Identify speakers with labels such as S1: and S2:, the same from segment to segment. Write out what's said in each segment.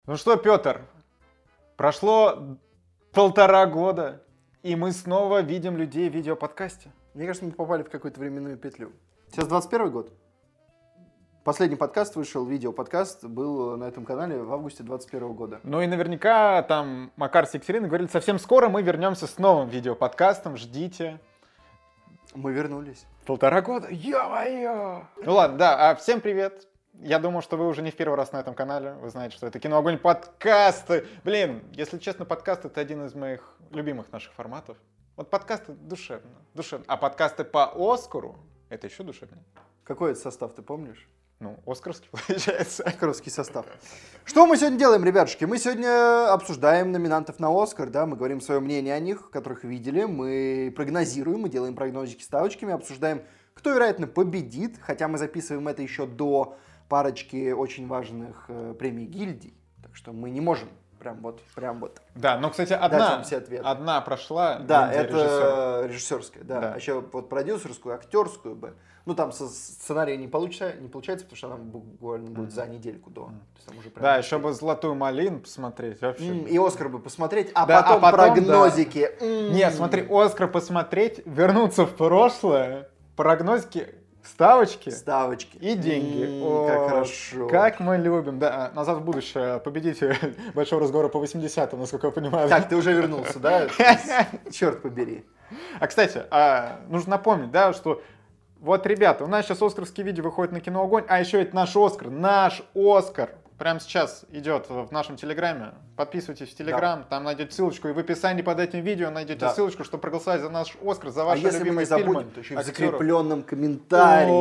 S1: Ну что, Петр, прошло 1,5 года, и мы снова видим людей в видеоподкасте.
S2: Мне кажется, мы попали в какую-то временную петлю. Сейчас 21 год. Последний подкаст вышел, видеоподкаст, был на этом канале в августе 21 года.
S1: Ну и наверняка там Макар с Екатериной говорили, совсем скоро мы вернемся с новым видеоподкастом, ждите.
S2: Мы вернулись.
S1: 1,5 года? Ё-моё! Ну ладно, да, всем привет. Я думаю, что вы уже не в первый раз на этом канале. Вы знаете, что это «Киноогонь» подкасты. Блин, если честно, подкаст — это один из моих любимых наших форматов. Вот подкасты душевно. А подкасты по Оскару — это еще душевнее.
S2: Какой это состав, ты помнишь?
S1: Ну, оскарский, получается.
S2: Оскаровский состав. Что мы сегодня делаем, ребятушки? Мы сегодня обсуждаем номинантов на Оскар, да, мы говорим свое мнение о них, которых видели, мы прогнозируем, мы делаем прогнозики ставочками, обсуждаем, кто, вероятно, победит, хотя мы записываем это еще до парочки очень важных премий гильдий, так что мы не можем прям вот.
S1: Да, но, кстати, одна прошла.
S2: Да, это режиссерская, да.
S1: Да.
S2: А еще вот продюсерскую, актерскую бы. Ну, там со сценария не получается, потому что она буквально будет за недельку до. То есть, там уже прям
S1: да, еще бы «Золотую малину» посмотреть вообще.
S2: И «Оскар» бы посмотреть,
S1: да,
S2: потом прогнозики.
S1: Да. Нет, смотри, «Оскар» посмотреть, вернуться в прошлое, прогнозики, ставочки и деньги.
S2: Как хорошо.
S1: Как мы любим. Да, «Назад в будущее», победитель большого разговора по 80-м, насколько я понимаю.
S2: Так, ты уже вернулся, да? Черт побери.
S1: А, кстати, нужно напомнить, да, что вот, ребята, у нас сейчас оскаровские видео выходят на «Киноогонь», а еще это наш Оскар. Прямо сейчас идет в нашем Телеграме. Подписывайтесь в Телеграм, да. Там найдете ссылочку. И в описании под этим видео найдете ссылочку, чтобы проголосовать за наш Оскар, за ваши любимые фильмы.
S2: А если мы не забудем, то еще и в закрепленном комментарии.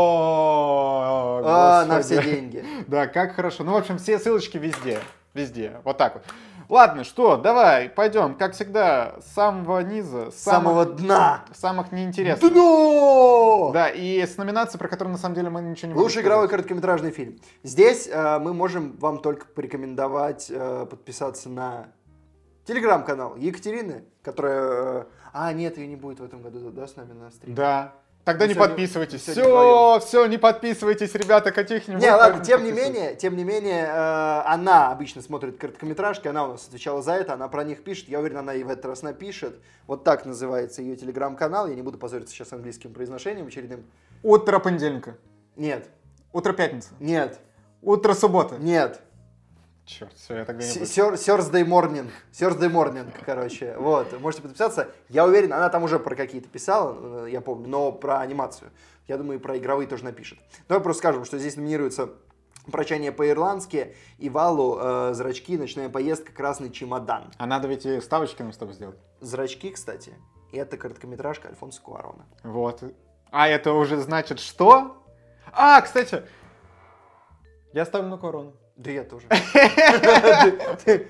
S2: На все деньги.
S1: Да, как хорошо. Ну, в общем, все ссылочки везде. Вот так вот. Ладно, что, давай, пойдем, как всегда, с самого низа.
S2: С самого дна.
S1: Самых неинтересных.
S2: Дно!
S1: Да, и с номинацией, про которую на самом деле мы ничего не можем
S2: Лучший игровой короткометражный фильм. Здесь мы можем вам только порекомендовать подписаться на телеграм-канал Екатерины, которая... нет, ее не будет в этом году, да, с нами на стриме?
S1: Да. Тогда не подписывайтесь. Все, не подписывайтесь, ребята, каких-нибудь.
S2: Не, ладно, тем не менее, она обычно смотрит короткометражки, она у нас отвечала за это, она про них пишет, я уверен, она и в этот раз напишет. Вот так называется ее телеграм-канал, я не буду позориться сейчас английским произношением очередным.
S1: Утро понедельника.
S2: Нет.
S1: Утро пятницы.
S2: Нет.
S1: Утро субботы.
S2: Нет.
S1: Черт, все, я тогда не буду.
S2: Thursday morning, короче. Вот, можете подписаться. Я уверен, она там уже про какие-то писала, я помню, но про анимацию. Я думаю, и про игровые тоже напишет. Давай просто скажем, что здесь номинируется «Прощание по-ирландски», «Ивалу», «Зрачки», «Ночная поездка», «Красный чемодан».
S1: А надо ведь и ставочки нам с тобой сделать.
S2: «Зрачки», кстати, это короткометражка Альфонсо Куарона.
S1: Вот. А это уже значит что? Кстати, я ставлю на Куарона.
S2: Да я тоже. Ты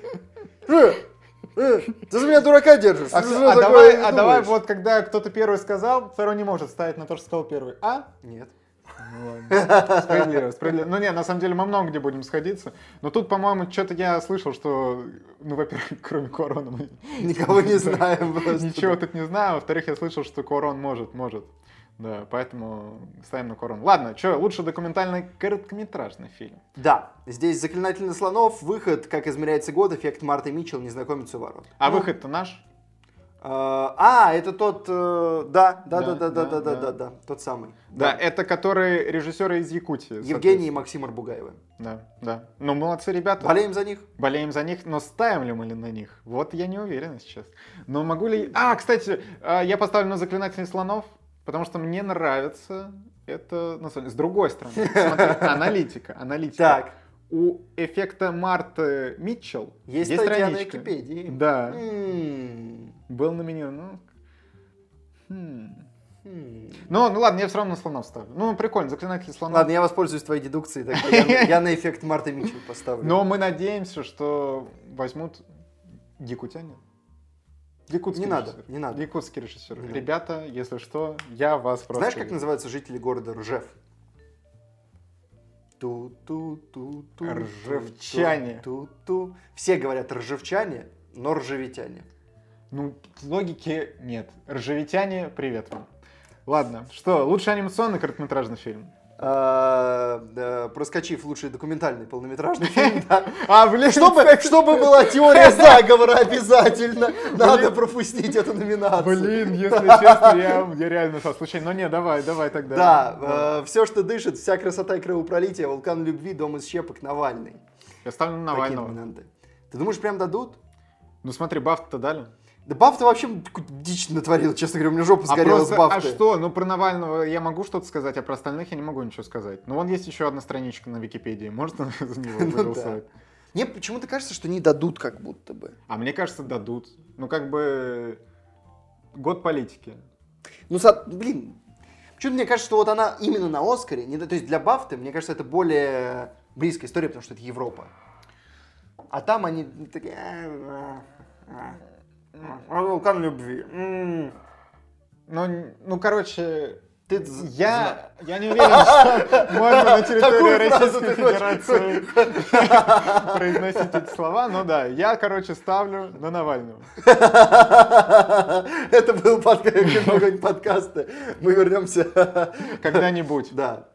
S2: за меня дурака держишь.
S1: Давай вот, когда кто-то первый сказал, второй не может ставить на то, что сказал первый.
S2: Нет.
S1: Справедливо. Ну нет, на самом деле мы много где будем сходиться. Но тут, по-моему, что-то я слышал, что, во-первых, кроме Куарона мы
S2: никого не знаем.
S1: Ничего тут не знаю. Во-вторых, я слышал, что Куарон может. Да, поэтому ставим на Куарон. Ладно, что, лучший документальный короткометражный фильм.
S2: Да, здесь «Заклинатель на слонов», выход «Как измеряется год», эффект Марты Митчелл, «Незнакомец у ворот».
S1: Выход-то наш?
S2: Это тот, да, тот самый.
S1: Да, это который режиссеры из Якутии.
S2: Евгений и Максим Арбугаевы.
S1: Да. Ну, молодцы ребята.
S2: Болеем за них.
S1: Болеем за них, но ставим ли мы на них? Вот я не уверен сейчас. Но могу ли... кстати, я поставлю на «Заклинателей слонов», потому что мне нравится это... С другой стороны, смотри, аналитика.
S2: Так.
S1: У эффекта Марты Митчелл
S2: есть статья на Википедии.
S1: Да. Был номинирован. Ну ладно, я все равно на слонов ставлю. Ну, прикольно, «Заклинатели слонов».
S2: Ладно, я воспользуюсь твоей дедукцией, я на эффект Марты Митчелл поставлю.
S1: Но мы надеемся, что возьмут якутяне.
S2: Не надо.
S1: Якутский режиссер. Ребята, если что, я вас просто...
S2: Знаешь, как называются жители города Ржев?
S1: Ржевчане.
S2: Все говорят ржевчане, но ржевитяне.
S1: Ну, логики нет. Ржевитяне, привет вам. Ладно, что, лучший анимационный короткометражный фильм?
S2: проскочив лучший документальный полнометражный фильм, да.
S1: Блин,
S2: Чтобы была теория заговора обязательно, надо пропустить эту номинацию.
S1: Блин, если честно, я реально случайно. Но не, давай тогда.
S2: Да, все, что дышит, вся красота и кровопролитие, вулкан любви, дом из щепок, Навальный.
S1: Я ставлю на
S2: Такие
S1: Навального.
S2: номинанты. Ты думаешь, прям дадут?
S1: Ну смотри, баф-то дали.
S2: Да Бафта вообще дичь натворил, честно говоря, у меня жопа сгорела с Бафтой.
S1: А что? Ну про Навального я могу что-то сказать, а про остальных я не могу ничего сказать. Ну вон есть еще одна страничка на Википедии, может за него проголосовать?
S2: Мне почему-то кажется, что не дадут как будто бы.
S1: А мне кажется, дадут. Ну как бы год политики.
S2: Ну, блин, почему-то мне кажется, что вот она именно на Оскаре, то есть для Бафты, мне кажется, это более близкая история, потому что это Европа. А там они такие... Вулкан любви.
S1: Ну, короче, я не уверен, что можно на территории Российской Федерации произносить эти слова, но да, я, короче, ставлю на Навального.
S2: Это был подкаст. Мы вернемся
S1: когда-нибудь.
S2: Да.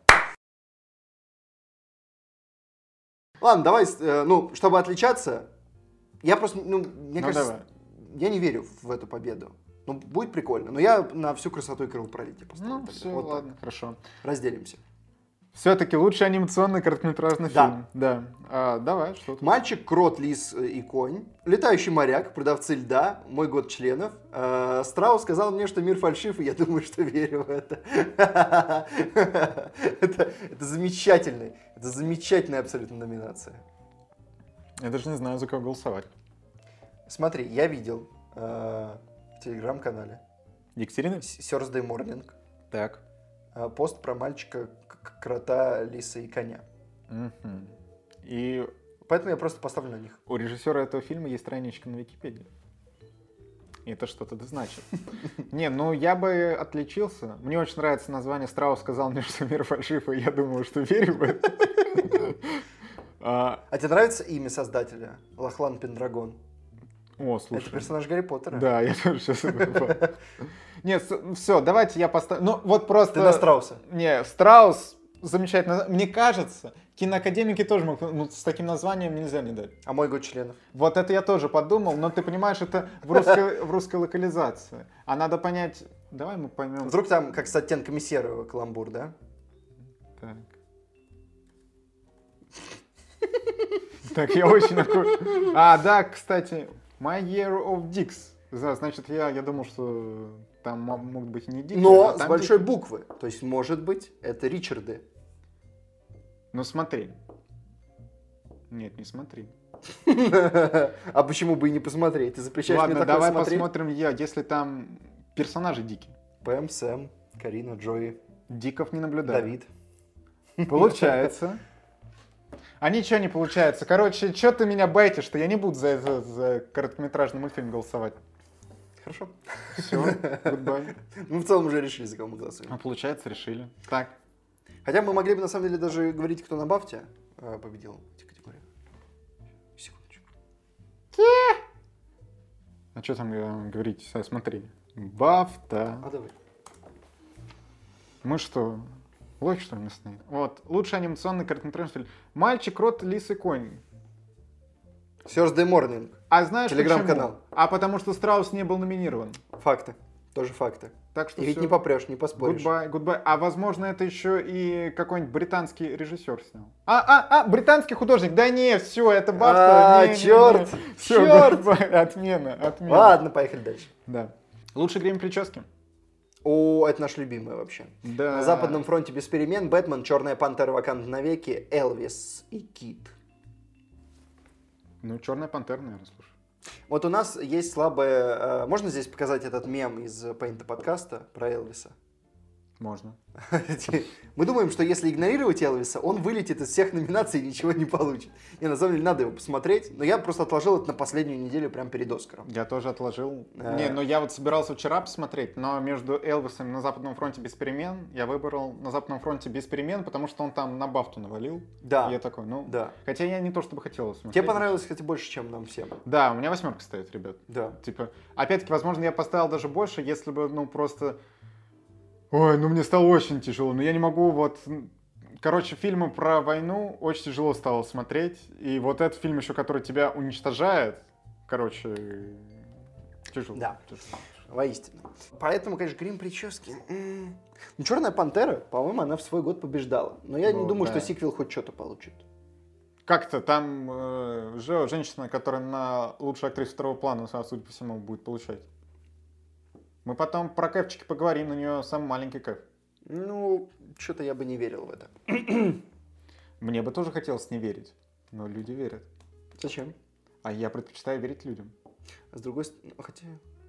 S2: Ладно, давай, чтобы отличаться, я просто, мне кажется,
S1: давай.
S2: Я не верю в эту победу. Ну, будет прикольно. Но я на всю красоту и кровопролитие поставлю.
S1: Ну, все, вот ладно, хорошо.
S2: Разделимся.
S1: Все-таки лучший анимационный короткометражный фильм. Да. Давай, что тут?
S2: Мальчик, крот, лис и конь. Летающий моряк, продавцы льда, мой год членов. Страус сказал мне, что мир фальшив, и я думаю, что верю в это. Это замечательная абсолютно номинация.
S1: Я даже не знаю, за кого голосовать.
S2: Смотри, я видел в телеграм-канале
S1: Екатерина?
S2: Thursday Morning.
S1: Так.
S2: Пост про мальчика, крота, лиса и коня.
S1: И
S2: поэтому я просто поставлю на них.
S1: У режиссера этого фильма есть страничка на Википедии. И это что-то да значит. Не, ну я бы отличился. Мне очень нравится название. Страус сказал мне, что мир фальшив, и я думаю, что верю в это.
S2: А тебе нравится имя создателя? Лохлан Пендрагон.
S1: О, слушай.
S2: Это персонаж Гарри Поттера.
S1: Да, я тоже сейчас это. Нет, все, давайте я поставлю. Ну, вот просто...
S2: Ты на Страуса.
S1: Не, Страус замечательно. Мне кажется, киноакадемики тоже могут... Ну, с таким названием нельзя не дать.
S2: А мой год членов?
S1: Вот это я тоже подумал, но ты понимаешь, это в русской локализации. А надо понять... Давай мы поймем...
S2: Вдруг там, как с оттенками серого, каламбур, да?
S1: Так. Так, я очень... да, кстати... My Year of Dicks. Значит, я думал, что там могут быть не дики.
S2: Но с большой буквы. То есть, может быть, это Ричарды.
S1: Ну, смотри. Нет, не смотри.
S2: А почему бы и не посмотреть? Ты запрещаешь мне такое
S1: давай
S2: смотреть?
S1: посмотрим, если там персонажи дикие.
S2: Пэм, Сэм, Карина, Джои.
S1: Диков не наблюдаю.
S2: Давид.
S1: Получается. А ничего не получается. Короче, что ты меня байтишь, что я не буду за короткометражный мультфильм голосовать.
S2: Хорошо.
S1: Все, goodbye.
S2: Мы в целом уже решили, за кого мы голосуем.
S1: А получается, решили. Так.
S2: Хотя мы могли бы, на самом деле, даже говорить, кто на Бафте победил в этой категории. Секундочку.
S1: А что там говорить? Смотри. Бафта.
S2: А давай.
S1: Мы что... Лохи, что ли, мясные? Вот. Лучший анимационный короткометражный фильм. Мальчик, крот, лис и конь.
S2: Thursday Morning.
S1: А знаешь
S2: Телеграм-канал.
S1: почему? А потому что Страус не был номинирован.
S2: Факты. Тоже факты.
S1: Так что
S2: И ведь
S1: всё.
S2: не попрешь, не поспоришь.
S1: Goodbye. А возможно, это еще и какой-нибудь британский режиссер снял. Британский художник. Да не, все, это Бафта.
S2: Черт!
S1: Все,
S2: Черт!
S1: отмена.
S2: Ладно, поехали дальше.
S1: Да. Лучший грим прически.
S2: О, это наш любимый вообще.
S1: Да.
S2: На Западном фронте без перемен, Бэтмен, Черная пантера, Вакант навеки, Элвис и Кит.
S1: Ну, Черная пантера, наверное, слушай.
S2: Вот у нас есть слабое... Можно здесь показать этот мем из Paint подкаста про Элвиса?
S1: Можно.
S2: Мы думаем, что если игнорировать Элвиса, он вылетит из всех номинаций и ничего не получит. Не, на самом деле, надо его посмотреть. Но я просто отложил это на последнюю неделю, прямо перед Оскаром.
S1: Я тоже отложил. Не, ну я вот собирался вчера посмотреть, но между Элвисом на Западном фронте без перемен я выбрал на Западном фронте без перемен, потому что он там на Бафту навалил.
S2: Да.
S1: И я такой,
S2: Да.
S1: Хотя я не то чтобы хотел его смотреть.
S2: Тебе понравилось, кстати, больше, чем нам всем.
S1: Да, у меня 8 стоит, ребят.
S2: Да.
S1: Типа, опять-таки, возможно, я поставил даже больше, если бы, просто... Ой, мне стало очень тяжело, но я не могу Короче, фильмы про войну очень тяжело стало смотреть. И вот этот фильм еще, который тебя уничтожает, короче, тяжело.
S2: Да.
S1: Тяжело.
S2: Воистину. Поэтому, конечно, грим прически. Ну, «Черная пантера», по-моему, она в свой год побеждала. Но я не
S1: Вот,
S2: думаю,
S1: да.
S2: что сиквел хоть что-то получит.
S1: Как-то там женщина, которая на лучшую актрису второго плана, судя по всему, будет получать. Мы потом про кэфчики поговорим, на нее самый маленький кэф.
S2: Ну, что-то я бы не верил в это.
S1: Мне бы тоже хотелось не верить, но люди верят.
S2: Зачем?
S1: А я предпочитаю верить людям.
S2: А с другой стороны, хотя...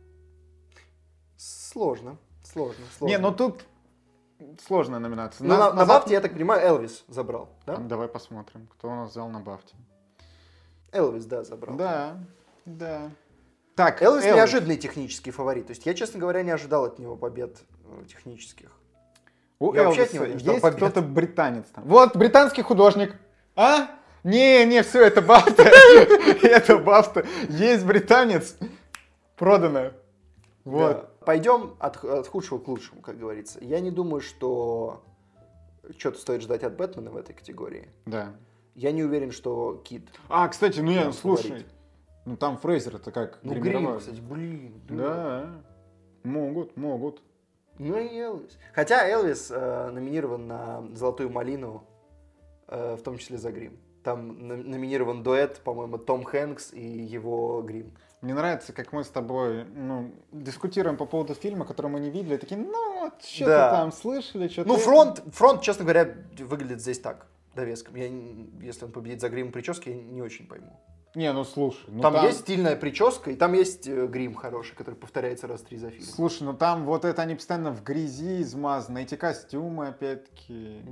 S2: Сложно.
S1: Не, ну тут сложная номинация.
S2: Ну, на Бафте, я так понимаю, Элвис забрал, да?
S1: Давай посмотрим, кто у нас взял на Бафте.
S2: Элвис, да, забрал.
S1: Да. Так,
S2: Элвис неожиданный технический фаворит. То есть я, честно говоря, не ожидал от него побед технических.
S1: У
S2: Я вообще от
S1: Элвиса
S2: него не ждал
S1: есть
S2: побед.
S1: кто-то британец там. Вот, британский художник. А? Не, все, это Бафта. Это Бафта. Есть британец. Продано. Вот.
S2: Да. Пойдем от худшего к лучшему, как говорится. Я не думаю, что что-то стоит ждать от Бэтмена в этой категории.
S1: Да.
S2: Я не уверен, что Кид.
S1: Кстати, слушай.
S2: фаворит.
S1: Ну там Фрейзер это как?
S2: Ну,
S1: гримировали.
S2: Грим, кстати, блин.
S1: Да. Могут.
S2: Ну и Элвис. Хотя Элвис номинирован на «Золотую малину», в том числе за грим. Там номинирован дуэт, по-моему, Том Хэнкс и его грим.
S1: Мне нравится, как мы с тобой дискутируем по поводу фильма, который мы не видели, такие, что-то
S2: Да.
S1: там слышали, что-то...
S2: Ну, фронт, честно говоря, выглядит здесь так, довеском. Если он победит за грим и прически, я не очень пойму.
S1: Не, слушай.
S2: Там есть стильная прическа, и там есть грим хороший, который повторяется раз 3 за фильм.
S1: Слушай, там вот это они постоянно в грязи измазаны, эти костюмы опять-таки.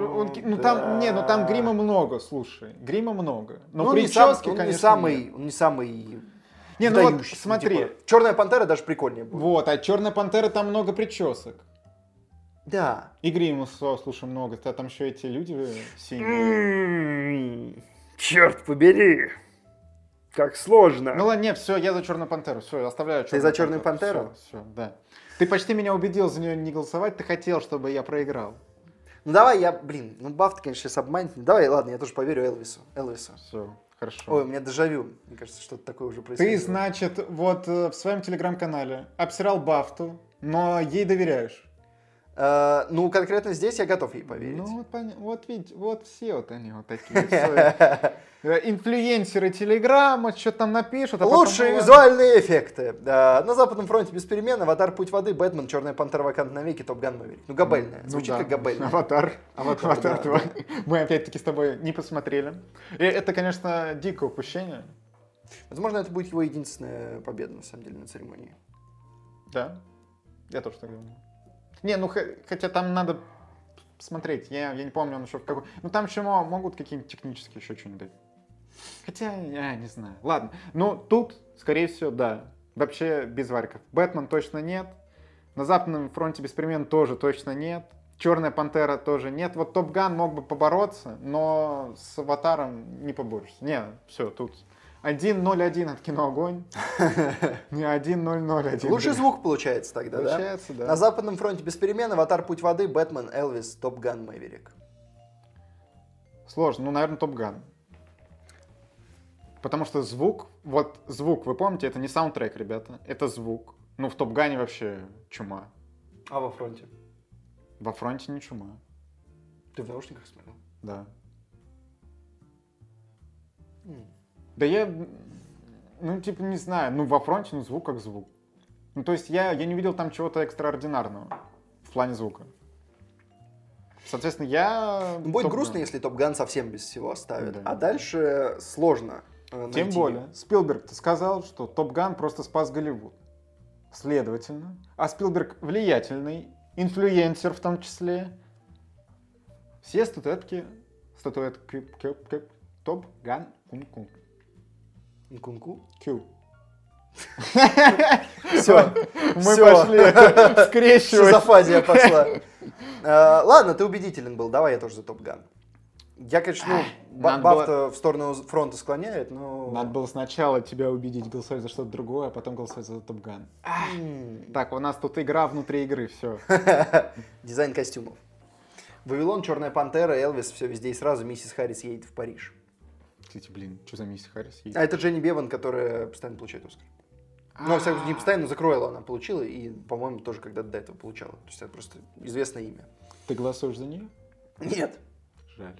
S1: Там грима много, слушай. Грима много. Но прически,
S2: он
S1: конечно,
S2: не самый
S1: Не,
S2: выдающийся.
S1: смотри.
S2: «Черная пантера» даже прикольнее будет.
S1: Вот, а «Черная пантера» там много причесок.
S2: Да.
S1: И грима, слушай, много. Там еще эти люди синие.
S2: Черт побери. Как сложно.
S1: Ну ладно, нет, все, я за «Черную пантеру». Все, оставляю
S2: Ты за «Черную пантеру»?
S1: Все, да. Ты почти меня убедил за нее не голосовать, ты хотел, чтобы я проиграл.
S2: Ну давай Бафта, конечно, сейчас обманет. Давай, ладно, я тоже поверю Элвису.
S1: Все, хорошо.
S2: Ой, у меня дежавю. Мне кажется, что-то такое уже происходило.
S1: Ты, значит, вот в своем телеграм-канале обсирал Бафту, но ей доверяешь.
S2: Ну, конкретно здесь я готов ей поверить.
S1: Ну, вот видите, вот все вот они вот такие. Инфлюенсеры Телеграма, что там напишут.
S2: Лучшие визуальные эффекты. На Западном фронте без перемен, «Аватар. Путь воды», «Бэтмен», «Черная пантера. Вакант навеки», «Топ Ган Мэверик». Ну, габельная. Звучит как габельная.
S1: «Аватар».
S2: «Аватар»,
S1: 2. Мы опять-таки с тобой не посмотрели. И это, конечно, дикое упущение.
S2: Возможно, это будет его единственная победа, на самом деле, на церемонии.
S1: Да, я тоже так думаю. Не, хотя там надо смотреть. Я не помню, он еще в какой... Ну, там еще могут какие-нибудь технические еще что-нибудь дать. Хотя, я не знаю. Ладно. Ну, тут, скорее всего, да. Вообще без вариков. «Бэтмен» точно нет. На Западном фронте без перемен тоже точно нет. «Черная пантера» тоже нет. Вот «Топ Ган» мог бы побороться, но с «Аватаром» не поборешься. Не, все, тут 1-0-1 от «Кино Огонь». Не 1-0-0-1.
S2: Лучший звук получается тогда,
S1: Получается, да.
S2: На Западном фронте без перемен, «Аватар. Путь воды», «Бэтмен», «Элвис», «Топ Ган Мэверик».
S1: Сложно. Ну, наверное, «Топ Ган». Потому что звук, вы помните, это не саундтрек, ребята, это звук. Ну, в «Топ Гане» вообще чума.
S2: А во фронте?
S1: Во фронте не чума.
S2: Ты в наушниках смотрел?
S1: Да. Да я, не знаю, во фронте, звук как звук. Ну, то есть я не видел там чего-то экстраординарного в плане звука. Соответственно, я...
S2: Будет грустно, если «Топ Ган» совсем без всего оставит.
S1: Да.
S2: А дальше сложно найти.
S1: Тем более, Спилберг-то сказал, что «Топ Ган» просто спас Голливуд. Следовательно. А Спилберг влиятельный, инфлюенсер в том числе. Все статуэтки «Топ Ган» кун-кун.
S2: Кунку?
S1: Кю.
S2: Все.
S1: Мы пошли скрещивать.
S2: Шизофазия пошла. Ладно, ты убедителен был. Давай я тоже за «Топ Ган». Я, конечно, Бафта в сторону фронта склоняет, но...
S1: Надо было сначала тебя убедить голосовать за что-то другое, а потом голосовать за «Топ Ган». Так, у нас тут игра внутри игры, все.
S2: Дизайн костюмов. Вавилон, Черная пантера, Элвис, все везде и сразу, миссис Харрис едет в Париж.
S1: Кстати, блин, что за миссис Харрис едет?
S2: А это Дженни Беван, которая постоянно получает Оскар. Ну, во всяком случае, не постоянно, но за Круэллу она получила, и, по-моему, тоже когда-то до этого получала. То есть это просто известное имя.
S1: Ты голосуешь за нее?
S2: Нет.
S1: Жаль.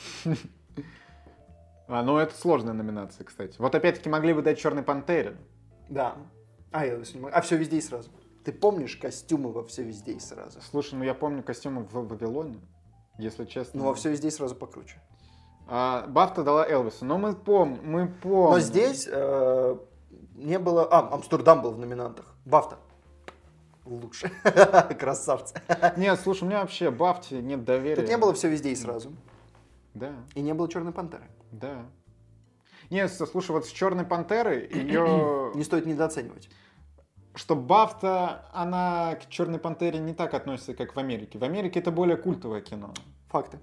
S1: Ну это сложная номинация, кстати. Вот опять-таки могли бы дать «Черной пантере».
S2: Да. Элвис не могу. А все везде и сразу. Ты помнишь костюмы во все везде и сразу?
S1: Слушай, ну я помню костюмы в «Вавилоне», если честно.
S2: Ну, во все везде и сразу покруче.
S1: Бафта дала Элвису, но мы помним.
S2: Но здесь не было... Амстердам был в номинантах. Бафта. Лучше. Красавцы.
S1: Нет, слушай, у меня вообще Бафте нет доверия.
S2: Тут не было все везде и сразу.
S1: Да.
S2: И не было Черной пантеры.
S1: Да. Нет, слушай, вот с «Черной пантерой» ее...
S2: Не стоит недооценивать.
S1: Что Бафта, она к «Черной пантере» не так относится, как в Америке. В Америке это более культовое кино.
S2: Факты.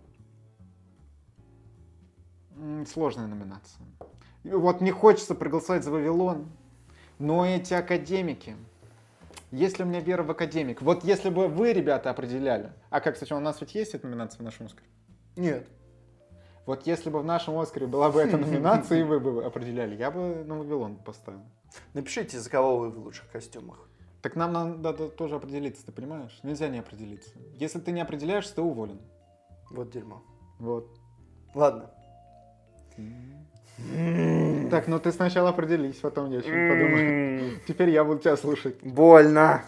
S1: Сложная номинация. Вот мне хочется проголосовать за «Вавилон», но эти академики... Есть ли у меня вера в академик? Вот если бы вы, ребята, определяли... А как, кстати, у нас ведь есть эта номинация в нашем «Оскаре»?
S2: Нет.
S1: Вот если бы в нашем «Оскаре» была бы эта номинация, и вы бы определяли, я бы на «Вавилон» поставил.
S2: Напишите, за кого вы в лучших костюмах.
S1: Так нам надо тоже определиться, ты понимаешь? Нельзя не определиться. Если ты не определяешься, ты уволен.
S2: Вот дерьмо.
S1: Вот.
S2: Ладно.
S1: Так, ну ты сначала определись, потом я что-нибудь подумаю. Теперь я буду тебя слушать.
S2: Больно.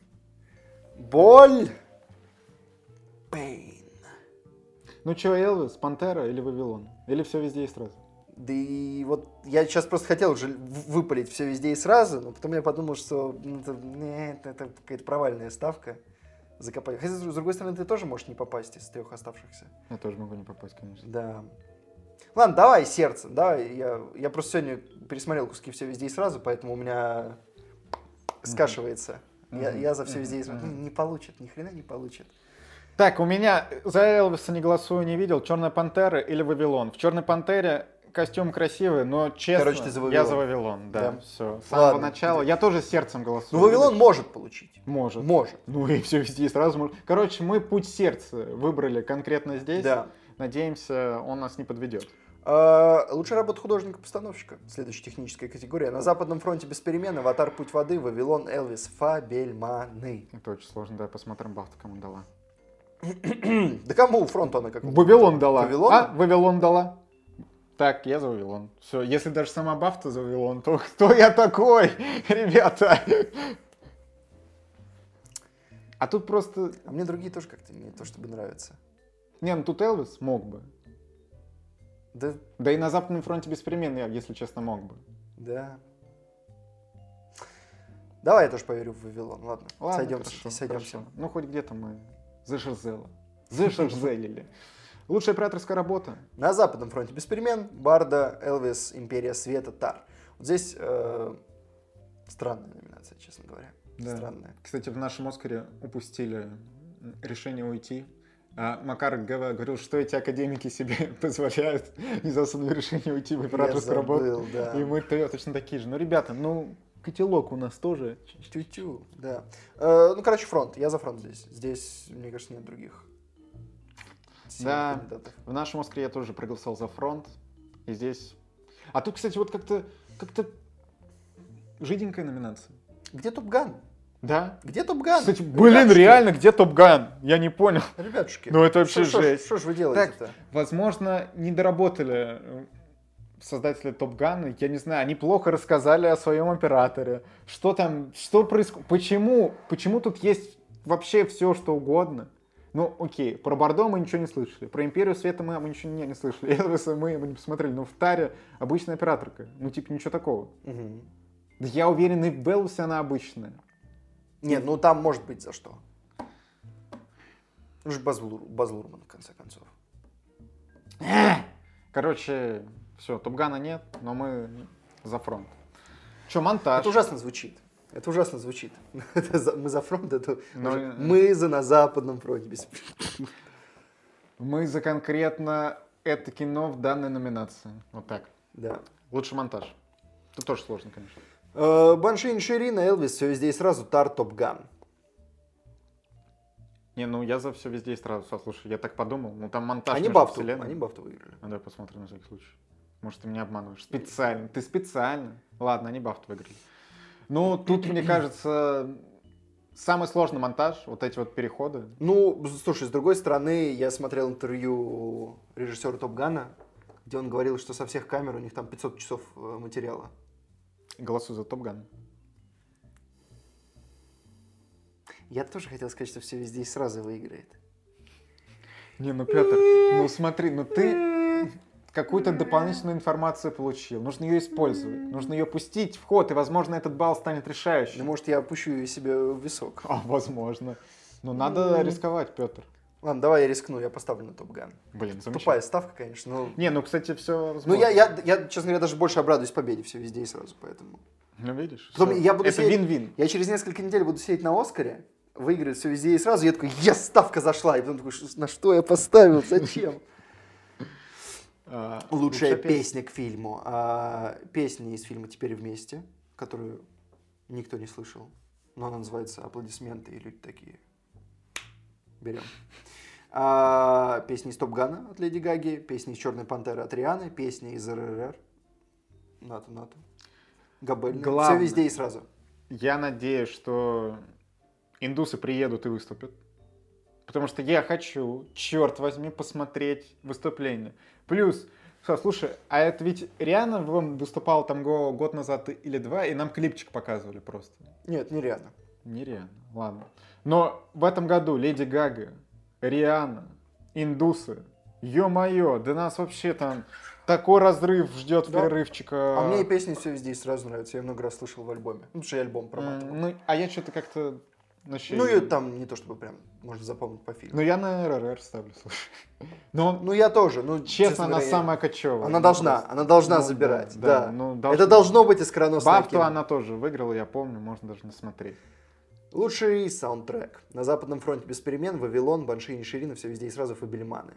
S2: Боль. Pain.
S1: Ну что, Элвис, Пантера или Вавилон? Или все везде и сразу?
S2: Да и вот я сейчас просто хотел уже выпалить все везде и сразу, но потом я подумал, что это какая-то провальная ставка. Закопать. Хотя, с другой стороны, ты тоже можешь не попасть из 3 оставшихся.
S1: Я тоже могу не попасть, конечно.
S2: Да. Ладно, давай сердце. Давай. Я просто сегодня пересмотрел куски все везде и сразу, поэтому у меня скашивается. Я за все везде и сразу. Не получит, ни хрена не получит.
S1: Так, у меня за Элвиса не голосую, не видел. «Черная пантера» или «Вавилон». В «Черной пантере» костюм красивый, но честно,
S2: Короче, ты за «Вавилон».
S1: Я за «Вавилон», да.
S2: Да.
S1: Все. С самого
S2: Ладно.
S1: начала. Я тоже сердцем голосую.
S2: Ну, «Вавилон» может получить.
S1: Может.
S2: Может.
S1: Ну и все везде и сразу может. Короче, мы путь сердца выбрали конкретно здесь.
S2: Да.
S1: Надеемся, он нас не подведет.
S2: Лучшая работа художника-постановщика. Следующая техническая категория. На Западном фронте без перемен. «Аватар. Путь воды», «Вавилон», «Элвис», «Фабельманы».
S1: Это очень сложно, да, посмотрим, Бафта кому дала.
S2: Да кому фронту она как?
S1: Вавилон дала.
S2: Вавилон?
S1: Вавилон дала. Так, я за Вавилон. Все, если даже сама Бафта за Вавилон, то кто я такой, ребята? А тут просто...
S2: А мне другие тоже как-то не то чтобы нравятся.
S1: Не, ну тут Элвис мог бы.
S2: Да.
S1: Да и на Западном фронте без перемен я, если честно, мог бы.
S2: Да. Давай я тоже поверю в «Вавилон». Ладно
S1: Хорошо,
S2: сойдемся.
S1: хорошо. Ну, хоть где-то мы зашерзелили. Лучшая операторская работа.
S2: На Западном фронте без перемен. «Барда», «Элвис», «Империя света», «Тар». Вот здесь странная номинация, честно говоря.
S1: Да.
S2: Странная.
S1: Кстати, в нашем «Оскаре» упустили решение уйти. А Макар говорил, что эти академики себе позволяют незаслуженное решение уйти в операторскую работу.
S2: Да.
S1: И мы точно такие же. Ну, ребята, котелок у нас тоже.
S2: Тю-тю, да. Короче, фронт. Я за фронт здесь. Здесь, мне кажется, нет других
S1: Да,
S2: кандидатов.
S1: в нашем «Оскаре» я тоже проголосовал за фронт. И здесь... А тут, кстати, вот как-то жиденькая номинация.
S2: Где «Топ Ган»?
S1: Да.
S2: Где «Топ Ган»?
S1: Кстати, реально, где «Топ Ган»? Я не понял.
S2: Ребятушки.
S1: Ну, это вообще жесть.
S2: Что ж вы делаете-то?
S1: Так, возможно, не доработали создатели «Топ Гана». Я не знаю, они плохо рассказали о своем операторе. Что там, что происходит? Почему тут есть вообще все, что угодно? Ну, окей, про Бордо мы ничего не слышали. Про «Империю света» мы ничего не слышали. Элвиса мы не посмотрели. Но в «Таре» обычная операторка. Ну, типа, ничего такого.
S2: Угу.
S1: Да я уверен, и в «Беллусе» она обычная.
S2: Нет, ну там может быть за что. Ну же Баз Лурман, в конце концов.
S1: Короче, все, «Топ Гана» нет, но мы за фронт. Че, монтаж?
S2: Это ужасно звучит. Мы за фронт,
S1: Но...
S2: мы на Западном фронте.
S1: Мы за конкретно это кино в данной номинации. Вот так.
S2: Да.
S1: Лучший монтаж. Тут тоже сложно, конечно.
S2: Банши Инширина, Элвис, все везде и сразу, Тар, Топ Ган.
S1: Не, ну я за все везде и сразу. Слушай, я так подумал. Ну там монтаж
S2: Они
S1: между
S2: Бафту
S1: вселенными.
S2: выиграли.
S1: Ну, давай посмотрим на всякий случай. Может, ты меня обманываешь. Специально. Ты специально. Ладно, они Бафту выиграли. Ну, тут, мне кажется, самый сложный монтаж, вот эти вот переходы.
S2: Ну, слушай, с другой стороны, я смотрел интервью режиссера Топ Гана, где он говорил, что со всех камер у них там 500 часов материала.
S1: Голосуй за Топ Ган.
S2: Я тоже хотел сказать, что все везде и сразу выиграет.
S1: Не, ну, Петр, ну смотри, ну ты какую-то дополнительную информацию получил. Нужно ее использовать. Нужно ее пустить в ход, и, возможно, этот балл станет решающим.
S2: Ну, может, я опущу ее себе в висок.
S1: Возможно. Но надо рисковать, Петр.
S2: Ладно, давай я рискну, я поставлю на Топ Ган.
S1: Блин, замечательно.
S2: Тупая ставка, конечно, но...
S1: Не, ну, кстати, все
S2: Ну,
S1: возможно.
S2: я, честно говоря, даже больше обрадуюсь победе все везде и сразу, поэтому...
S1: Ну, видишь?
S2: Потом
S1: всё.
S2: я буду
S1: Это
S2: сидеть-
S1: вин-вин.
S2: Я через несколько недель буду сидеть на Оскаре, выиграет все везде и сразу, я такой, ставка зашла, и потом такой, на что я поставил, зачем? Лучшая песня к фильму. Песня из фильма «Теперь вместе», которую никто не слышал, но она называется «Аплодисменты», и люди такие, берем. Песня из «Топ Гана» от Леди Гаги, песня из «Черной пантеры» от Рианы, песня из РРР. НАТО. Габельная. Все
S1: Главное.
S2: везде и сразу.
S1: Я надеюсь, что индусы приедут и выступят. Потому что я хочу, черт возьми, посмотреть выступление. Плюс, слушай, а это ведь Риана выступала там год назад или два, и нам клипчик показывали просто.
S2: Нет, нереально.
S1: Нереально, ладно. Но в этом году Леди Гага, Риана, индусы, ё-моё, да нас вообще там такой разрыв ждет
S2: Да.
S1: перерывчика.
S2: А мне и песня «Все везде и сразу» нравится. Я много раз слышал в альбоме. Ну, потому что я альбом проматывал.
S1: Ну, а я что-то как-то...
S2: Ну, и там не то, чтобы прям можно запомнить по фильму.
S1: Ну, я на РРР ставлю, слушай. Но,
S2: Ну, я тоже. Ну,
S1: честно, она
S2: говоря,
S1: самая кочевая.
S2: Она
S1: Ну,
S2: должна
S1: просто. Ну,
S2: забирать.
S1: да,
S2: Да.
S1: ну,
S2: Это должно быть искроносное
S1: Бафту
S2: кино.
S1: она тоже выиграла, я помню, можно даже не смотреть.
S2: Лучший саундтрек. На Западном фронте без перемен, Вавилон, Банши и Ниширина, все везде и сразу, Фабельманы.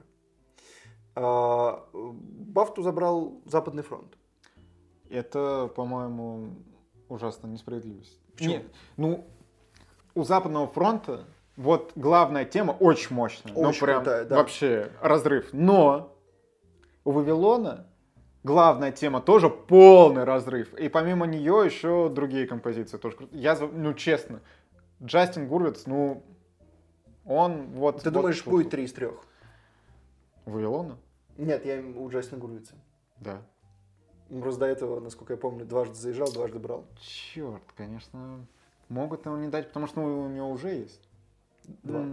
S2: Бафту забрал Западный фронт.
S1: Это, по-моему, ужасная несправедливость.
S2: Почему?
S1: Нет, ну, у Западного фронта вот главная тема очень мощная. Ну,
S2: Очень
S1: прям
S2: крутая, да.
S1: вообще разрыв. Но у Вавилона главная тема тоже полный разрыв. И помимо нее еще другие композиции тоже крутые. Ну, честно, Джастин Гурвиц, ну, он вот...
S2: Ты думаешь, будет 3 из 3?
S1: У Вавилона?
S2: Нет, я у Джастина Гурвица.
S1: Да.
S2: Просто до этого, насколько я помню, дважды заезжал, дважды брал.
S1: Черт, конечно, могут ему не дать, потому что у него уже есть.
S2: 2.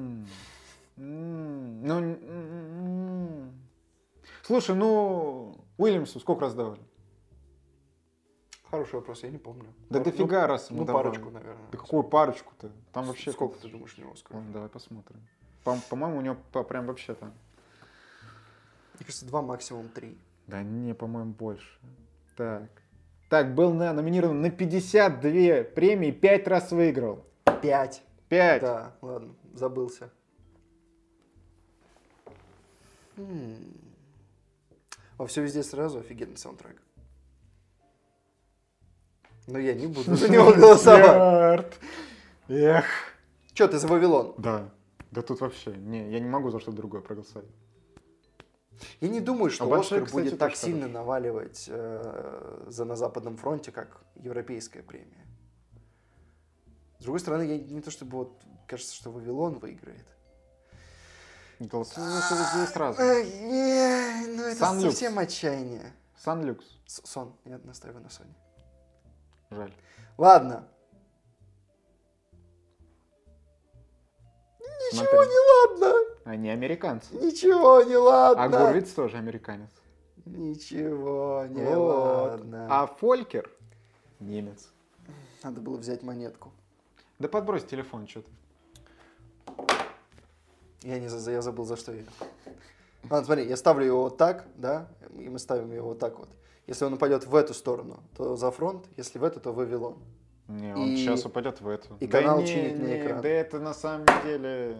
S1: Слушай, ну, Уильямсу сколько раз давали?
S2: Хороший вопрос, я не помню.
S1: Да дофига раз ему
S2: Ну,
S1: давали.
S2: парочку, наверное.
S1: Да какую парочку-то? Там вообще...
S2: Сколько ты думаешь у него Оскар?
S1: Ладно, давай посмотрим. По-моему, у него прям вообще там...
S2: Мне кажется, 2, максимум 3.
S1: Да не, по-моему, больше. Так, был номинирован на 52 премии, 5 раз выиграл.
S2: 5.
S1: 5.
S2: Да, ладно, забылся. Во все везде сразу офигенный саундтрек. Но я не буду за него голосовать.
S1: Черт. Эх.
S2: Че, ты за Вавилон?
S1: Да. Да тут вообще, я не могу за что-то другое проголосовать.
S2: Я не думаю, что
S1: Большой,
S2: Оскар
S1: кстати,
S2: будет так
S1: тоже
S2: сильно
S1: хороший.
S2: наваливать на Западном фронте, как европейская премия. С другой стороны, я не то чтобы вот кажется, что Вавилон выиграет.
S1: Голосуй за все везде и сразу.
S2: Ну это
S1: Сан-Люкс.
S2: совсем отчаяние.
S1: Сан-Люкс.
S2: Сон, я настаиваю на Соне.
S1: Жаль.
S2: Ладно.
S1: Смотри.
S2: Ничего не ладно.
S1: Они американцы.
S2: Ничего не ладно.
S1: А Гурвиц тоже американец.
S2: Ничего не
S1: Вот.
S2: ладно.
S1: А Фолькер немец.
S2: Надо было взять монетку.
S1: Да подбрось телефон, что ты.
S2: Я забыл, за что я. Ладно, смотри, я ставлю его вот так, да, и мы ставим его вот так вот. Если он упадет в эту сторону, то за фронт, если в эту, то Вавилон.
S1: Не, он
S2: И-
S1: сейчас упадет в эту.
S2: и канал
S1: не,
S2: чинит мне
S1: не,
S2: экран.
S1: Да это на самом деле...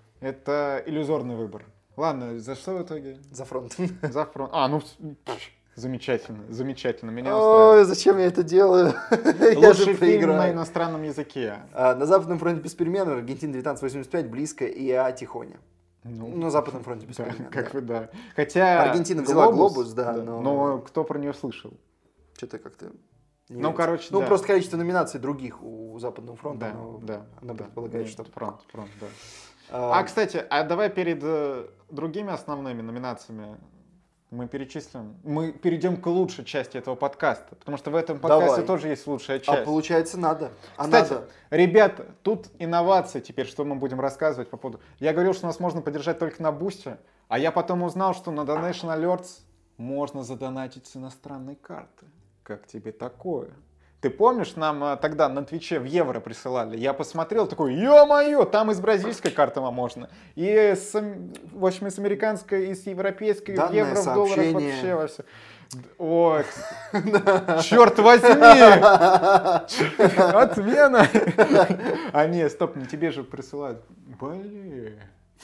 S1: Это иллюзорный выбор. Ладно, за что в итоге?
S2: За фронт.
S1: За фронт. А, ну... Замечательно, замечательно. Меня устраивает.
S2: Ой, зачем я это делаю? Я
S1: Лучший
S2: же
S1: фильм на
S2: проиграю.
S1: иностранном языке.
S2: На Западном фронте без перемен, Аргентина 1985, близко, и Тихоня.
S1: Ну,
S2: На Западном фронте без
S1: да,
S2: перемен.
S1: как
S2: да.
S1: вы, да. Хотя
S2: Аргентина взяла глобус, да,
S1: но кто про нее слышал?
S2: Что-то как-то... не
S1: Ну,
S2: верится.
S1: короче,
S2: Ну,
S1: да.
S2: просто количество номинаций других у Западного фронта,
S1: Да,
S2: но
S1: да.
S2: она
S1: да.
S2: предполагает,
S1: Нет,
S2: что...
S1: фронт, да.
S2: А,
S1: Кстати, давай перед другими основными номинациями мы перейдем к лучшей части этого подкаста, потому что в этом подкасте
S2: Давай.
S1: тоже есть лучшая часть.
S2: получается, надо.
S1: Кстати,
S2: Надо.
S1: ребята, тут инновации теперь, что мы будем рассказывать по поводу... Я говорил, что нас можно поддержать только на Бусте, а я потом узнал, что на Donation Alerts можно задонатить с иностранной карты. Как тебе такое? Ты помнишь, нам тогда на Твиче в евро присылали? Я посмотрел, такой, ё-моё, там и с бразильской карты можно. И в общем, и с американской, и с европейской, в евро, в долларах
S2: сообщение.
S1: вообще во все. Ой, черт возьми! Отмена! А не, стоп, не тебе же присылают. Блин.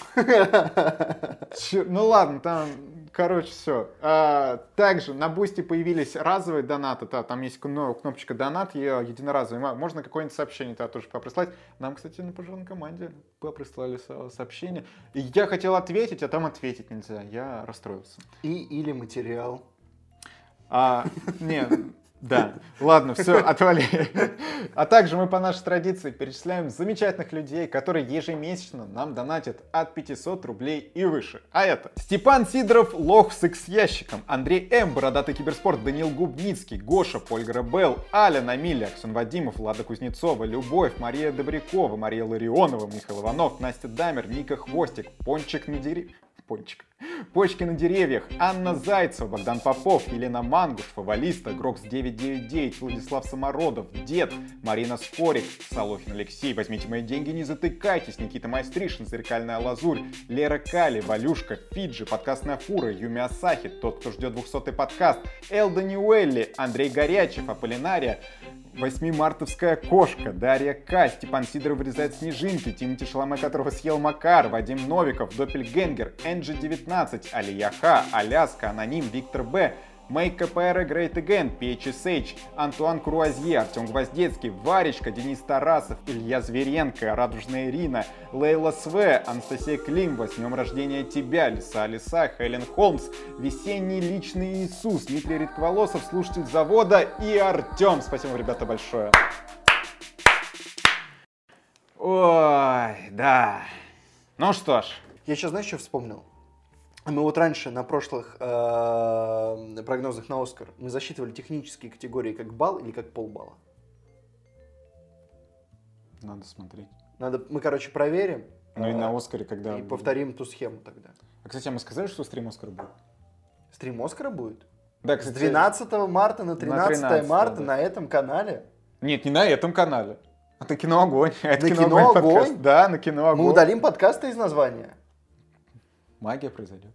S1: Ну ладно, там, короче, все. Также на Бусти появились разовые донаты. Там есть кнопочка донат, ее единоразовый. Можно какое-нибудь сообщение тоже прислать. Нам, кстати, на пожарной команде прислали сообщение. И я хотел ответить, а там ответить нельзя. Я расстроился.
S2: Или материал.
S1: Не, да. Ладно, все, отвали. А также мы по нашей традиции перечисляем замечательных людей, которые ежемесячно нам донатят от 500 рублей и выше. А это Степан Сидоров, лох с X-ящиком, Андрей М, Бородатый Киберспорт, Даниил Губницкий, Гоша, Польгара Белл, Аля Намиля, Аксен Вадимов, Влада Кузнецова, Любовь, Мария Добрякова, Мария Ларионова, Михаил Иванов, Настя Дамер, Ника Хвостик, Почки на деревьях, Анна Зайцева, Богдан Попов, Елена Мангуш, Фавалиста, Грокс 999, Владислав Самородов, Дед, Марина Скорик, Солохин Алексей, Возьмите мои деньги, не затыкайтесь, Никита Майстришин, Зеркальная лазурь, Лера Кали, Валюшка, Фиджи, Подкастная фура, Юми Асахи, Тот, кто ждет 200-й подкаст, Эл Даниуэлли, Андрей Горячев, Аполлинария, 8-мартовская кошка, Дарья К, Степан Сидоров вырезает снежинки, Тимати Шаламе, которого съел Макар, Вадим Новиков, Доппельгенгер, Энджи 19, Алия Х, Аляска, Аноним, Виктор Б, Make KPR Great Again, PHSH, Антуан Круазье, Артем Гвоздецкий, Варечка, Денис Тарасов, Илья Зверенко, Радужная Ирина, Лейла Све, Анастасия Климова, с днем рождения тебя, Лиса Алиса, Хелен Холмс, Весенний личный Иисус, Дмитрий Редковолосов, слушатель завода и Артем. Спасибо, ребята, большое. Ой, да. Ну что ж.
S2: Я сейчас, знаешь, что вспомнил? Мы вот раньше на прошлых прогнозах на Оскар мы засчитывали технические категории как балл или как полбалла.
S1: Надо смотреть.
S2: Мы, короче, проверим.
S1: Ну и на Оскаре, когда...
S2: И повторим ту схему тогда.
S1: А, кстати, мы сказали, что стрим Оскара будет?
S2: Стрим Оскара будет?
S1: Да,
S2: С
S1: кстати...
S2: 12 марта на 13 марта
S1: да.
S2: на этом канале.
S1: Нет, не на этом канале. Это Кино Огонь. Это
S2: На Кино Огонь?
S1: подкаст. Да, на Кино Огонь.
S2: Мы удалим подкасты из названия.
S1: Магия произойдет.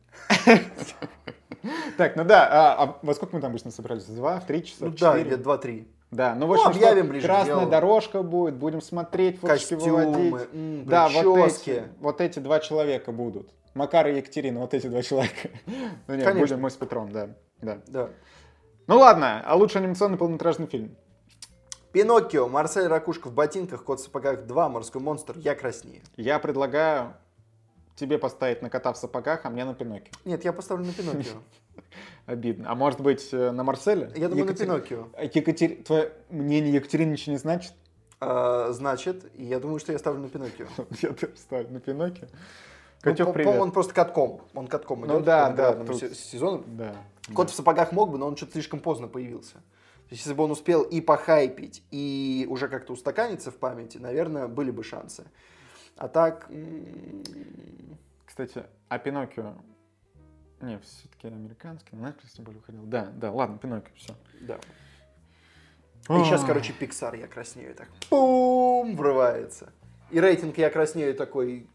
S1: Так, ну да, а во сколько мы там обычно собирались? 2, в 3 часа?
S2: Ну да, где-то 2-3.
S1: Да, ну в общем,
S2: объявим ближе к
S1: красная
S2: делу.
S1: дорожка будет, будем смотреть, фоточки выводить.
S2: Костюмы,
S1: Да,
S2: прически.
S1: вот эти два человека будут. Макар и Екатерина, вот эти два человека. Ну нет,
S2: Конечно.
S1: будем мы с Петром, да.
S2: Да.
S1: Ну ладно, а лучший анимационный полнометражный фильм?
S2: Пиноккио, Марсель Ракушка в ботинках, Кот в сапогах 2, Морской монстр, Я краснею.
S1: Я предлагаю тебе поставить на Кота в сапогах, а мне на Пиноккио.
S2: Нет, я поставлю на Пиноккио.
S1: Обидно. А может быть, на Марселе?
S2: Я думаю, на Пиноккио.
S1: Твое мнение Екатерины ничего не значит?
S2: Значит, я думаю, что я ставлю на Пиноккио.
S1: Я тоже ставлю на Пиноккио.
S2: Ну,
S1: Котёв, привет.
S2: по-моему, он просто катком. Он катком
S1: Ну
S2: идет
S1: да,
S2: по
S1: да,
S2: наградному
S1: тут-
S2: сезону.
S1: Да.
S2: Кот в сапогах мог бы, но он что-то слишком поздно появился. То есть, если бы он успел и похайпить, и уже как-то устаканиться в памяти, наверное, были бы шансы. А так...
S1: Кстати, а Пиноккио... Не, все-таки американский, на Netflix тем более выходил. Да, ладно, Пиноккио, все.
S2: Да. И сейчас, короче, Pixar «Я краснею» так пум, врывается. И рейтинг «Я краснею» такой...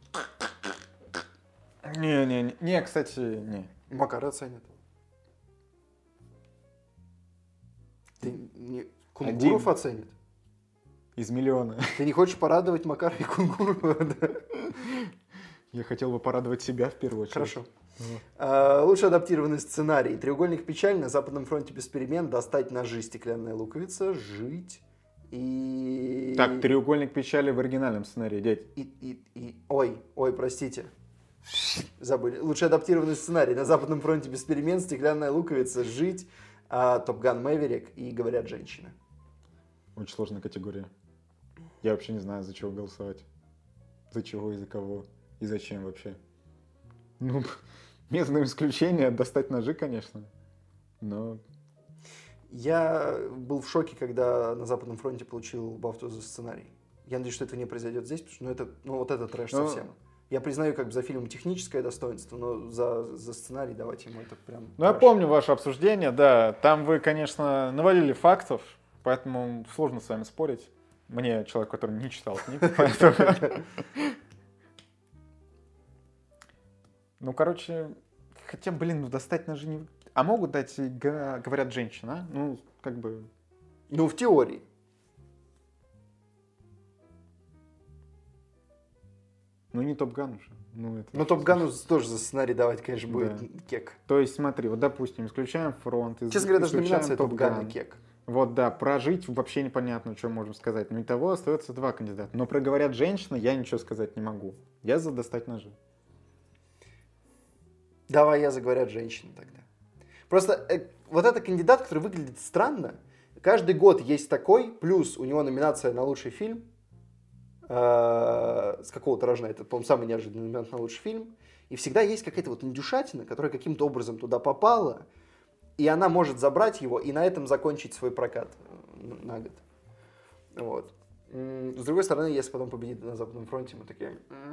S1: Не, кстати, не.
S2: Макар оценит. Ты не... Кунгуров оценит?
S1: Из миллиона.
S2: Ты не хочешь порадовать Макара и Кунгурова? Да?
S1: Я хотел бы порадовать себя в первую очередь.
S2: Хорошо.
S1: Вот.
S2: Лучше адаптированный сценарий. «Треугольник печали», «На западном фронте без перемен», «Достать ножи», «Стеклянная луковица», «Жить» и...
S1: Так, «Треугольник печали» в оригинальном сценарии, дядь.
S2: Ой, простите. Забыли. Лучше адаптированный сценарий. «На западном фронте без перемен», «Стеклянная луковица», «Жить», «Топ Ган Мэверик» и «Говорят женщины».
S1: Очень сложная категория. Я вообще не знаю, за чего голосовать. За чего и за кого. И зачем вообще. Ну, местное исключение «Достать ножи», конечно. Но...
S2: Я был в шоке, когда «На западном фронте» получил Бафту за сценарий. Я надеюсь, что этого не произойдет здесь, потому что вот это трэш совсем. Я признаю как бы за фильм техническое достоинство, но за сценарий давать ему это прям...
S1: Ну, я помню ваше обсуждение, да. Там вы, конечно, навалили фактов, поэтому сложно с вами спорить. Мне, человек, который не читал книг, поэтому... Ну, короче, хотя, блин, достать ножи не... А могут дать, говорят, женщины, а? Ну, как бы...
S2: Ну, в теории.
S1: Ну, не Топ Ган уже.
S2: Но Топ Гану тоже за сценарий давать, конечно, будет кек.
S1: То есть, смотри, вот, допустим, исключаем фронт,
S2: Честно говоря, даже номинация Топ Гана кек.
S1: Вот, да, прожить вообще непонятно, что можем сказать. Но итого остается 2 кандидата. Но про «Говорят женщины» я ничего сказать не могу. Я за «Достать ножи».
S2: Давай я заговорят женщины тогда. Просто вот это кандидат, который выглядит странно. Каждый год есть такой, плюс у него номинация на лучший фильм. С какого-то рожна, это, по-моему, самый неожиданный номинант на лучший фильм. И всегда есть какая-то вот индюшатина, которая каким-то образом туда попала, и она может забрать его и на этом закончить свой прокат на год. Вот. С другой стороны, если потом победит «На западном фронте», мы такие...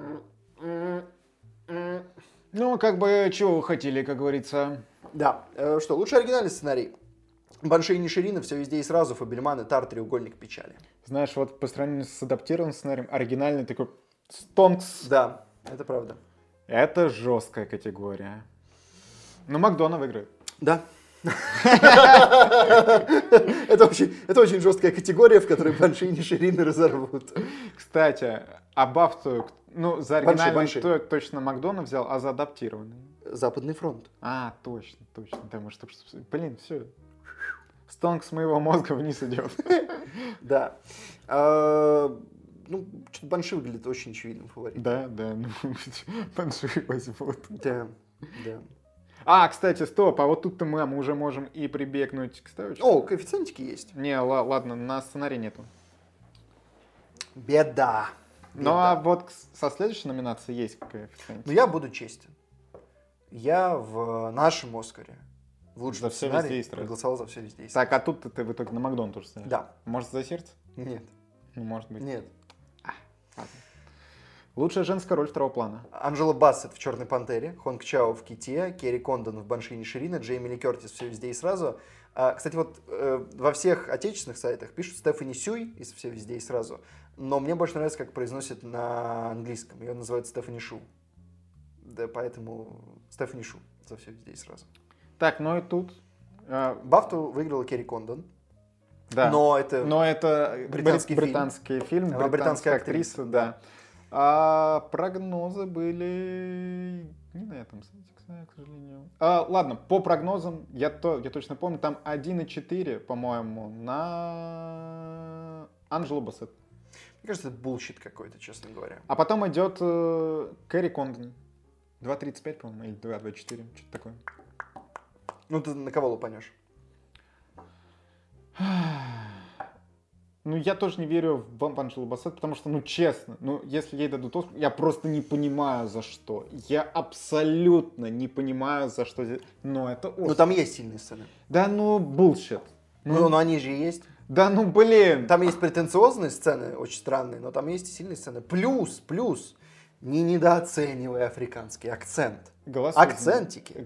S1: Ну, как бы, чего вы хотели, как говорится.
S2: Да. Что, лучший оригинальный сценарий. Банши и Ниширина, «Все везде и сразу», Фабельман и Тар, «Треугольник печали».
S1: Знаешь, вот по сравнению с адаптированным сценарием, оригинальный такой стонкс.
S2: Да, это правда.
S1: Это жесткая категория. Ну, Макдона выиграет.
S2: Да. Это очень жесткая категория, в которой Банши и Ниширина разорвут.
S1: Кстати, а Бафту, ну, за оригинальный
S2: Банши.
S1: точно Макдона взял, а за адаптированный?
S2: «Западный фронт».
S1: А, точно. Да, может, блин, все. Стонг с моего мозга вниз идет.
S2: Да. Ну, что-то Банши выглядит очень очевидным фаворитом.
S1: Да, ну, Банши возьмут.
S2: Да.
S1: А, кстати, стоп, а вот тут-то мы уже можем и прибегнуть к ставочке.
S2: О, коэффициентики есть.
S1: Не, ладно, на сценарий нету.
S2: Беда.
S1: Ну, а вот со следующей номинацией есть коэффициент.
S2: Но я буду честен. Я в нашем «Оскаре» в лучшем
S1: За «Все
S2: сценарии
S1: везде и сразу».
S2: проголосовал за «Все везде и сразу».
S1: Так, а тут ты в итоге на Макдон тоже ставишь?
S2: Да.
S1: Может, за сердце?
S2: Нет.
S1: Ну, может быть.
S2: Нет.
S1: Ладно. Лучшая женская роль второго плана.
S2: Анджела Бассет в «Черной пантере», Хонг Чао в «Ките», Керри Кондон в «Банши и Ниширина», Джейми Ли Кертис «Все везде и сразу». Кстати, вот во всех отечественных сайтах пишут Стефани Сюй из «Все везде и сразу», но мне больше нравится, как произносят на английском. Ее называют Стефани Шу. Да, поэтому Стефани Шу за «Все везде и сразу».
S1: Так, ну и тут...
S2: Бафту выиграла Керри Кондон.
S1: Да.
S2: Но это
S1: британский фильм,
S2: Она
S1: британская актриса, да. А прогнозы были не на этом сайте, к сожалению. Ладно, по прогнозам, я точно помню, там 1,4, по-моему, на Анджелу Бассет.
S2: Мне кажется, это булщит какой-то, честно говоря.
S1: А потом идет Керри Кондон. 2,35, по-моему, или 2,24, что-то такое.
S2: Ну, ты на кого лупанешь?
S1: Ну, я тоже не верю в Анджелу Бассет, потому что, ну, честно, ну, если ей дадут Оскар, я просто не понимаю, за что. Я абсолютно не понимаю, за что здесь. Но это Оскар.
S2: Ну, там есть сильные сцены.
S1: Да, ну, bullshit.
S2: Ну, но они же и есть.
S1: Да, ну, блин.
S2: Там есть претенциозные сцены, очень странные, но там есть и сильные сцены. Плюс, не недооценивай африканский акцент. Акцентики.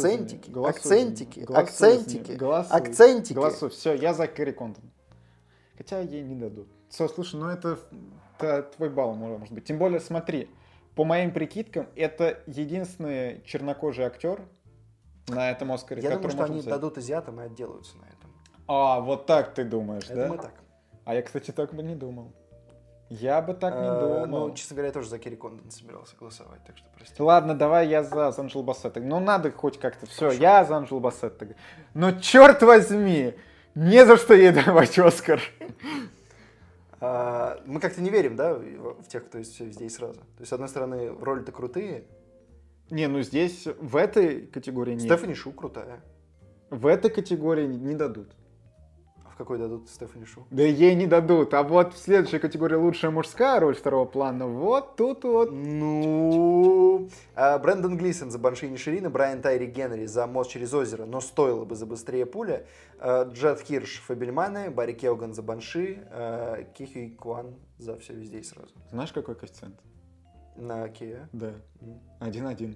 S1: Все, я за Керри Кондон. Хотя ей не дадут. Все, слушай, ну это твой балл, может быть. Тем более, смотри, по моим прикидкам, это единственный чернокожий актер на этом Оскаре.
S2: Я думаю, что они дадут азиатам и отделаются на этом.
S1: А, вот так ты думаешь,
S2: Я
S1: да?
S2: думаю так.
S1: А я, кстати, так бы не думал. Я бы так не думал.
S2: Ну, честно говоря, я тоже за Керри Кондон собирался голосовать, так что прости.
S1: Ладно, давай я за Анджелу Бассетто. Ну, надо хоть как-то. Все, я за Анджелу Бассетто. Но черт возьми, не за что ей давать Оскар.
S2: Мы как-то не верим, да, в тех, кто есть все везде и сразу. То есть, с одной стороны, роли-то крутые.
S1: Не, ну здесь в этой категории нет.
S2: Стефани Шу крутая.
S1: В этой категории не дадут.
S2: А в какой дадут Стефани Шу?
S1: Да ей не дадут. А вот в следующей категории лучшая мужская роль второго плана, вот тут вот.
S2: Ну, Брэндон Глисон за Банши Ниширина, Брайан Тайри Генри за Мост через озеро, но стоило бы за Быстрее пуля, Джет Хирш Фабельманы, Барри Кеоган за Банши, Ки Хюй Кван за Все везде и сразу.
S1: Знаешь, какой коэффициент?
S2: На Кия?
S1: Да. 1-1.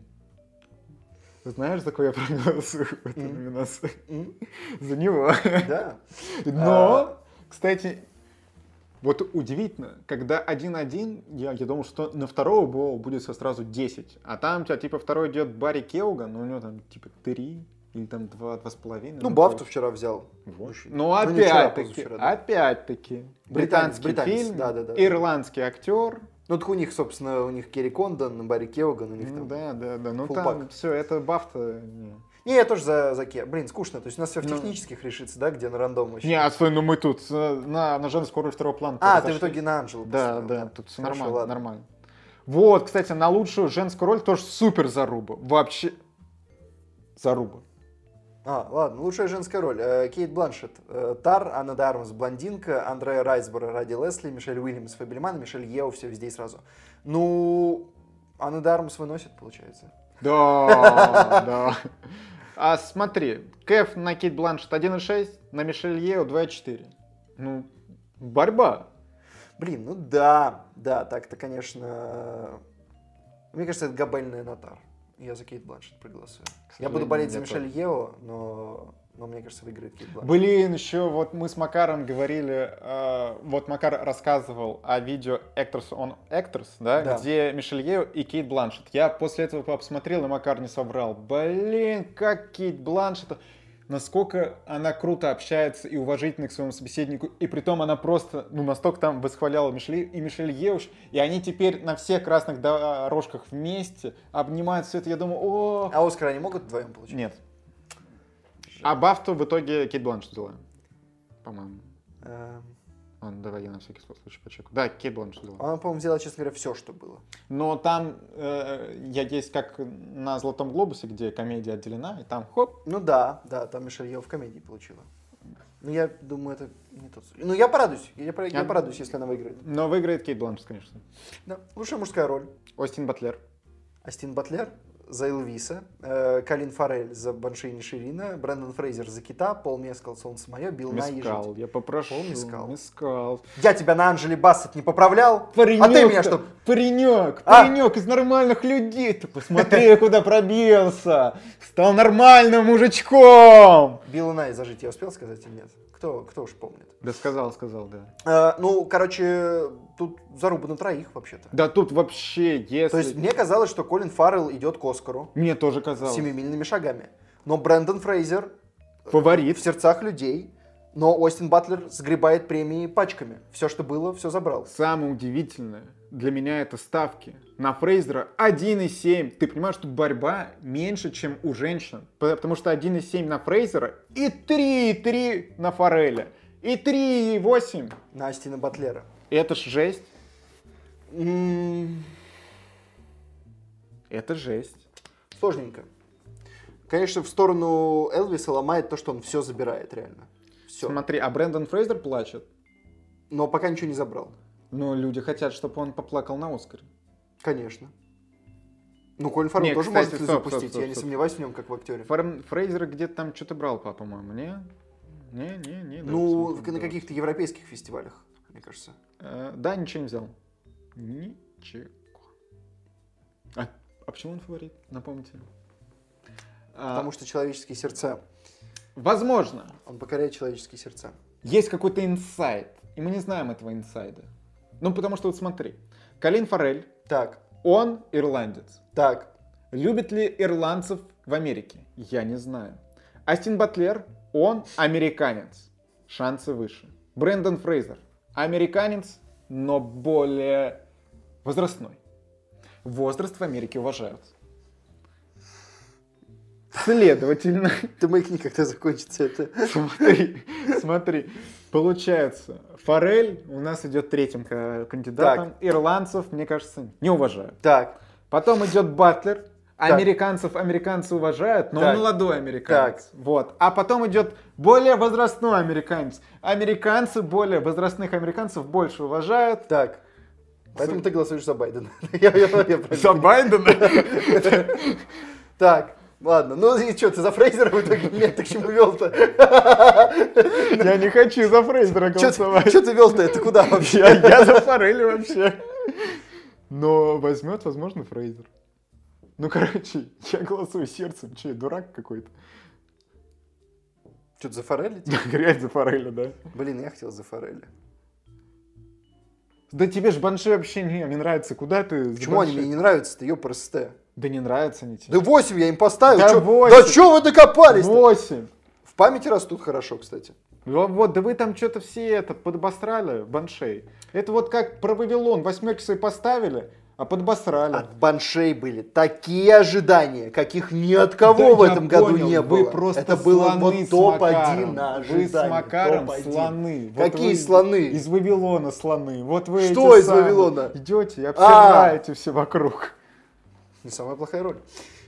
S1: Знаешь, за кого я проголосую в этой номинации? За него.
S2: Да.
S1: Но, кстати, вот удивительно, когда 1-1, я думал, что на второго будет сразу 10. А там у тебя типа второй идет Барри Кеоган, но у него там типа 3 или там 2,5.
S2: Ну, Бафту вчера взял.
S1: Вот.
S2: Мужчина.
S1: Ну,
S2: не вчера, а
S1: опять-таки,
S2: позавчера, да.
S1: британский фильм,
S2: да.
S1: ирландский актер.
S2: Ну, так у них, собственно, у них Керри Кондон, Барри Кеоган, у них
S1: Ну,
S2: там...
S1: да. Ну,
S2: full
S1: там
S2: pack.
S1: все, это Бафта.
S2: Не, я тоже за Кия. Блин, скучно. То есть у нас все в технических решится, да, где на рандом вообще.
S1: Не, а стой, ну мы тут на женскую роль второго плана.
S2: Ты в итоге на Анджелу
S1: Да,
S2: поставил,
S1: тут все
S2: Хорошо,
S1: нормально,
S2: ладно.
S1: нормально. Вот, кстати, на лучшую женскую роль тоже супер заруба. Вообще заруба.
S2: Ладно, лучшая женская роль. Кейт Бланшетт, Тар, Анна де Армас, Блондинка, Андреа Райсборо, Ради Лесли, Мишель Уильямс, Фабельман, Мишель Ео, Все везде и сразу. Ну, Анна де Армас выносит, получается.
S1: Да. А смотри, Кэф на Кейт Бланшетт 1,6, на Мишель Ео 2,4. Ну, борьба.
S2: Блин, ну да, так-то, конечно... Мне кажется, это габельная на Тар. Я за Кейт Бланшетт проголосую. Я буду болеть за Мишель Ео, но мне кажется, выиграет Кейт Бланшетт.
S1: Блин, еще вот мы с Макаром говорили, вот Макар рассказывал о видео Actors on Actors, да, где Мишель Ео и Кейт Бланшетт. Я после этого посмотрел, и Макар не соврал. Блин, как Кейт Бланшетт, насколько она круто общается и уважительна к своему собеседнику, и притом она просто, настолько там восхваляла Мишель Ео, и они теперь на всех красных дорожках вместе обнимают все это, я думаю,
S2: А Оскар они могут вдвоем получить?
S1: Нет. А Бафту в итоге Кейт Бланшетт взяла, по-моему. Ладно, давай я на всякий случай почекаю. Да, Кейт Бланшетт взяла.
S2: Она, по-моему, взяла, честно говоря, все, что было.
S1: Но там есть как на Золотом Глобусе, где комедия отделена, и там хоп.
S2: Ну да, там Мишель Ео в комедии получила. Ну, я думаю, это не тот случай. Ну, я порадуюсь. Я порадуюсь, если она выиграет.
S1: Но выиграет Кейт Бланшетт, конечно.
S2: Да. Лучшая мужская роль.
S1: Остин Батлер.
S2: Астин Батлер за Элвиса, Колин Фаррель за Банши и Ниширина, Брэндон Фрейзер за Кита, Пол Мескал «Солнце мое», Билл Най
S1: Мескал, я попрошу. Мескал.
S2: Я тебя на Анджели Бассет не поправлял,
S1: паренек,
S2: а ты меня что?
S1: Паренек из нормальных людей. Ты посмотри, куда пробился. Стал нормальным мужичком.
S2: Билл Най за «Жить» я успел сказать или нет? Кто уж помнит?
S1: Да сказал, да.
S2: Тут заруба на троих вообще-то.
S1: Да тут вообще, если...
S2: То есть мне казалось, что Колин Фаррелл идет к Оскару.
S1: Мне тоже казалось.
S2: Семимильными шагами. Но Брэндон Фрейзер
S1: фаворит
S2: в сердцах людей. Но Остин Батлер сгребает премии пачками. Все, что было, все забрал.
S1: Самое удивительное для меня это ставки. На Фрейзера 1,7. Ты понимаешь, что борьба меньше, чем у женщин. Потому что 1,7 на Фрейзера и 3,3 на Фаррелля. И 3,8
S2: на Астина Батлера.
S1: Это ж жесть. Это жесть.
S2: Сложненько. Конечно, в сторону Элвиса ломает то, что он все забирает, реально. Все.
S1: Смотри, а Брэндон Фрейзер плачет.
S2: Но пока ничего не забрал.
S1: Но люди хотят, чтобы он поплакал на Оскаре.
S2: Конечно. Ну, Колин Фаррелл тоже может запустить, я не сомневаюсь в нем, как в актере.
S1: Фрейзер где-то там что-то брал, по-моему, не? Не.
S2: Ну, на каких-то европейских фестивалях, мне кажется.
S1: Да, ничего не взял. Ничего. А почему он фаворит? Напомните.
S2: Потому что человеческие сердца.
S1: Возможно.
S2: Он покоряет человеческие сердца.
S1: Есть какой-то инсайд, и мы не знаем этого инсайда. Ну, потому что вот смотри. Колин Фаррель.
S2: Так.
S1: Он ирландец.
S2: Так.
S1: Любит ли ирландцев в Америке? Я не знаю. Астин Батлер. Он американец. Шансы выше. Брэндон Фрейзер. Американец. но более возрастной. Возраст в Америке уважают. Следовательно...
S2: Ты маякни, когда закончится это.
S1: Смотри. Получается, Форель у нас идет третьим кандидатом. Ирландцев, мне кажется, не уважают.
S2: Так.
S1: Потом идет Батлер. Американцы уважают, но он молодой американец. Вот. А потом идет более возрастной американец. Американцы более возрастных американцев больше уважают.
S2: Так. Поэтому ты голосуешь за Байдена.
S1: За Байдена?
S2: Так. Ладно, ну и что, ты за Фрейзера в итоге? Нет, ты к чему вел-то?
S1: Я не хочу за Фрейзера голосовать.
S2: Что ты вел-то? Это куда вообще?
S1: Я за Форели вообще. Но возьмет, возможно, Фрейзер. Ну, короче, я голосую сердцем. Че, я дурак какой-то?
S2: Что-то за Форели?
S1: Реально за Форели, да.
S2: Блин, я хотел за Форели.
S1: Да тебе же Банши вообще не нравится. Куда ты?
S2: Почему они мне не нравятся-то, ёпрст?
S1: Да не нравятся они тебе.
S2: Да 8 я им поставил.
S1: Да
S2: Чё?
S1: 8.
S2: Да чё вы докопались?
S1: 8.
S2: В памяти растут хорошо, кстати.
S1: Вот, да вы там что-то все это подобострали, Баншей. Это вот как про Вавилон. 8 свои поставили, а подобострали.
S2: От Баншей были такие ожидания, каких ни от кого в этом году не было.
S1: Вы просто
S2: это было вот
S1: ожидание.
S2: топ-1 на ожидание.
S1: Вы с Макаром
S2: топ-1.
S1: слоны.
S2: Какие
S1: вот
S2: слоны?
S1: Из Вавилона слоны. Вот вы
S2: Что из Вавилона?
S1: Идете и обсираете все вокруг.
S2: Не самая плохая роль.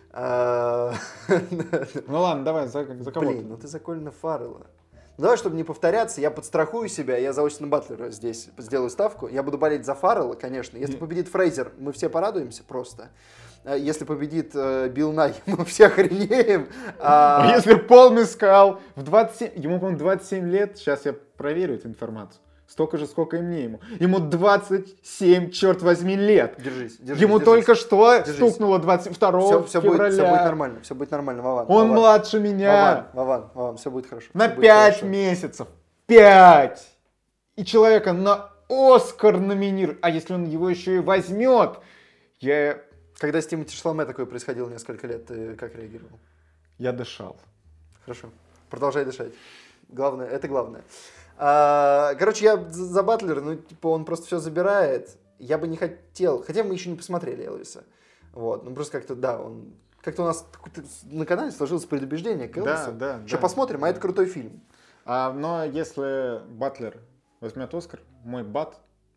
S1: Ну ладно, давай, за кого
S2: Блин, ну ты за Колина Фаррелла. Ну давай, чтобы не повторяться, я подстрахую себя, я за Остина Батлера здесь сделаю ставку. Я буду болеть за Фаррелла, конечно. Если победит Фрейзер, мы все порадуемся просто. Если победит Билл Най, мы все охренеем.
S1: Если Пол Мескал в 27, ему, по-моему, 27 лет, сейчас я проверю эту информацию. Столько же, сколько и мне ему. Ему 27, черт возьми, лет.
S2: Держись.
S1: Ему только что стукнуло 22
S2: все
S1: февраля.
S2: Все будет нормально, Вован.
S1: Он младше меня.
S2: Вован, все будет хорошо.
S1: На 5 месяцев. 5! И человека на Оскар номинируют. А если он его еще и возьмет?
S2: Когда с Тимоти Шаломе такое происходило несколько лет, ты как реагировал?
S1: Я дышал.
S2: Хорошо. Продолжай дышать. Главное, это главное. Короче, я за Батлера, ну, типа, он просто все забирает. Я бы не хотел, хотя мы еще не посмотрели Элвиса. Вот, ну, просто как-то, да, он... Как-то у нас на канале сложилось предубеждение к Элвису.
S1: Да.
S2: Что посмотрим, а это крутой фильм.
S1: Но если Батлер возьмет Оскар, мой бат...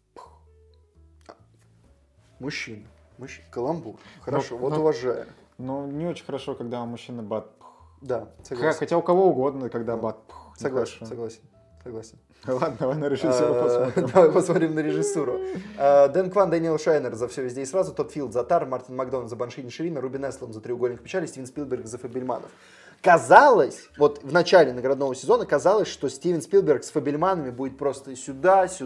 S2: Мужчина. Каламбур. Хорошо, уважаю.
S1: Но не очень хорошо, когда мужчина бат...
S2: Да, согласен.
S1: Хотя у кого угодно, когда бат...
S2: Согласен.
S1: Ладно, давай на режиссуру посмотрим.
S2: Давай посмотрим на режиссуру. Дэн Кван, Дэниел Шайнер за «Все везде и сразу», Тодд Филд за «Тар», Мартин Макдональд за «Банши Ниширина», Рубин Эсланд за «Треугольник печали», Стивен Спилберг за «Фабельманов». Казалось, вот в начале наградного сезона казалось, что Стивен Спилберг с «Фабельманами» будет просто сюда. А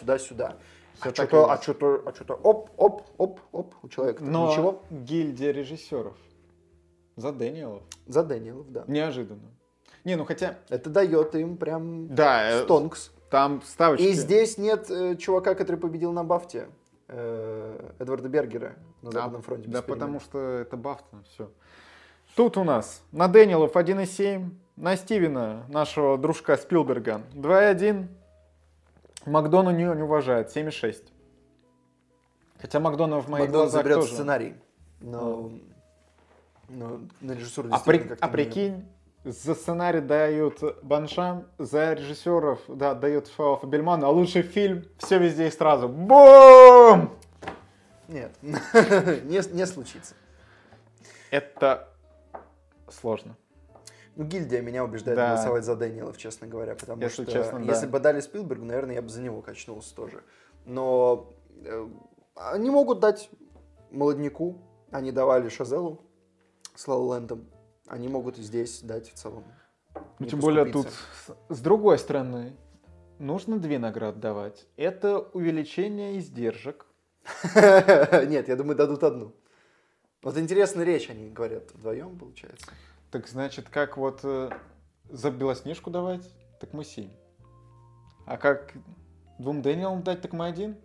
S2: что-то оп, у человека ничего.
S1: Гильдия режиссеров за Дэниелов.
S2: За Дэниелов, да.
S1: Неожиданно. Не, ну хотя...
S2: Это дает им прям
S1: стонкс. Там ставочки.
S2: И здесь нет чувака, который победил на Бафте. Эдварда Бергера на Западном фронте.
S1: Да, потому что это Бафта, все. Тут у нас на Дэниелов 1,7, на Стивена, нашего дружка Спилберга, 2,1. Макдону не уважает, 7,6. Хотя Макдону в моих глазах
S2: заберет
S1: тоже.
S2: Сценарий. Но на режиссуру
S1: прикинь, за сценарий дают Баншам, за режиссеров дают Фабельману, а лучший фильм «Все везде и сразу». Бум!
S2: Нет, не случится.
S1: Это сложно.
S2: Ну, гильдия меня убеждает голосовать за Дэниелов, честно говоря, потому если бы дали Спилбергу, наверное, я бы за него качнулся тоже. Но они могут дать молодняку, они давали Шазелу с Ла Ла Лэндом. Они могут и здесь дать в целом.
S1: Тем более тут, с другой стороны, нужно 2 награды давать. Это увеличение издержек.
S2: Нет, я думаю, дадут 1. Вот интересная речь, они говорят, вдвоем получается.
S1: Так значит, как вот за Белоснежку давать, так мы 7. А как 2 Дэниелам дать, так мы 1?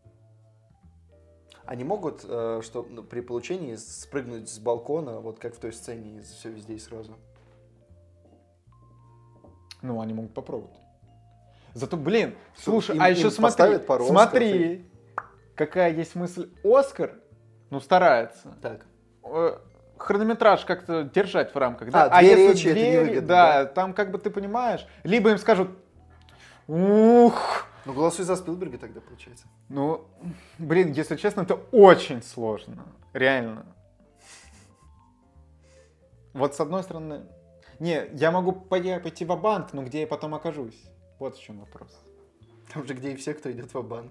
S2: Они могут, что при получении спрыгнуть с балкона, вот как в той сцене из «Все везде и сразу».
S1: Ну, они могут попробовать. Зато, блин, слушай,
S2: Им-
S1: а еще
S2: им
S1: смотри,
S2: поставят пару Оскаров
S1: смотри, какая есть мысль. Оскар, ну, старается.
S2: Так.
S1: Хронометраж как-то держать в рамках, да?
S2: А, две речи это невыгодно,
S1: да,
S2: да?
S1: там как бы ты понимаешь, либо им скажут, ух,
S2: Ну, голосуй за Спилберга тогда, получается.
S1: ну, блин, если честно, это очень сложно, реально. Вот с одной стороны, не, я могу пойти в банк, но где я потом окажусь? Вот в чем вопрос.
S2: Там же где и все, кто идет в банк.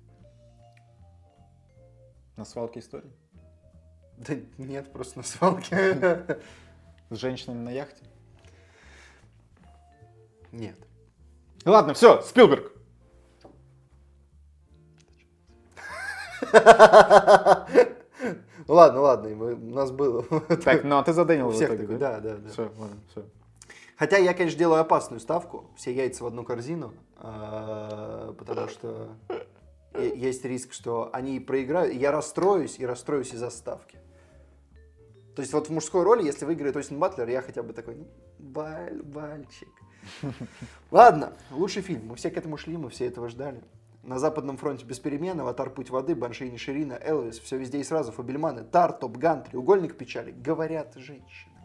S1: На свалке истории.
S2: Да нет, просто на свалке.
S1: С женщинами на яхте.
S2: Нет.
S1: Ладно, все, Спилберг.
S2: Ну ладно, у нас было.
S1: Так, ну а ты заденил
S2: У
S1: в
S2: всех
S1: итоге,
S2: такой,
S1: да?
S2: да.
S1: Все, ладно, все.
S2: Хотя я, конечно, делаю опасную ставку. Все яйца в одну корзину. Потому что есть риск, что они проиграют. И я расстроюсь из-за ставки. То есть вот в мужской роли, если выиграет Остин Батлер, я хотя бы такой, бальчик. Ладно, лучший фильм. Мы все к этому шли, мы все этого ждали. На Западном фронте без перемен, Аватар, Путь воды, Банши и Ниширина, Элвис, все везде и сразу, Фабельманы, Тар, Топ Ган, Треугольник печали, говорят женщины.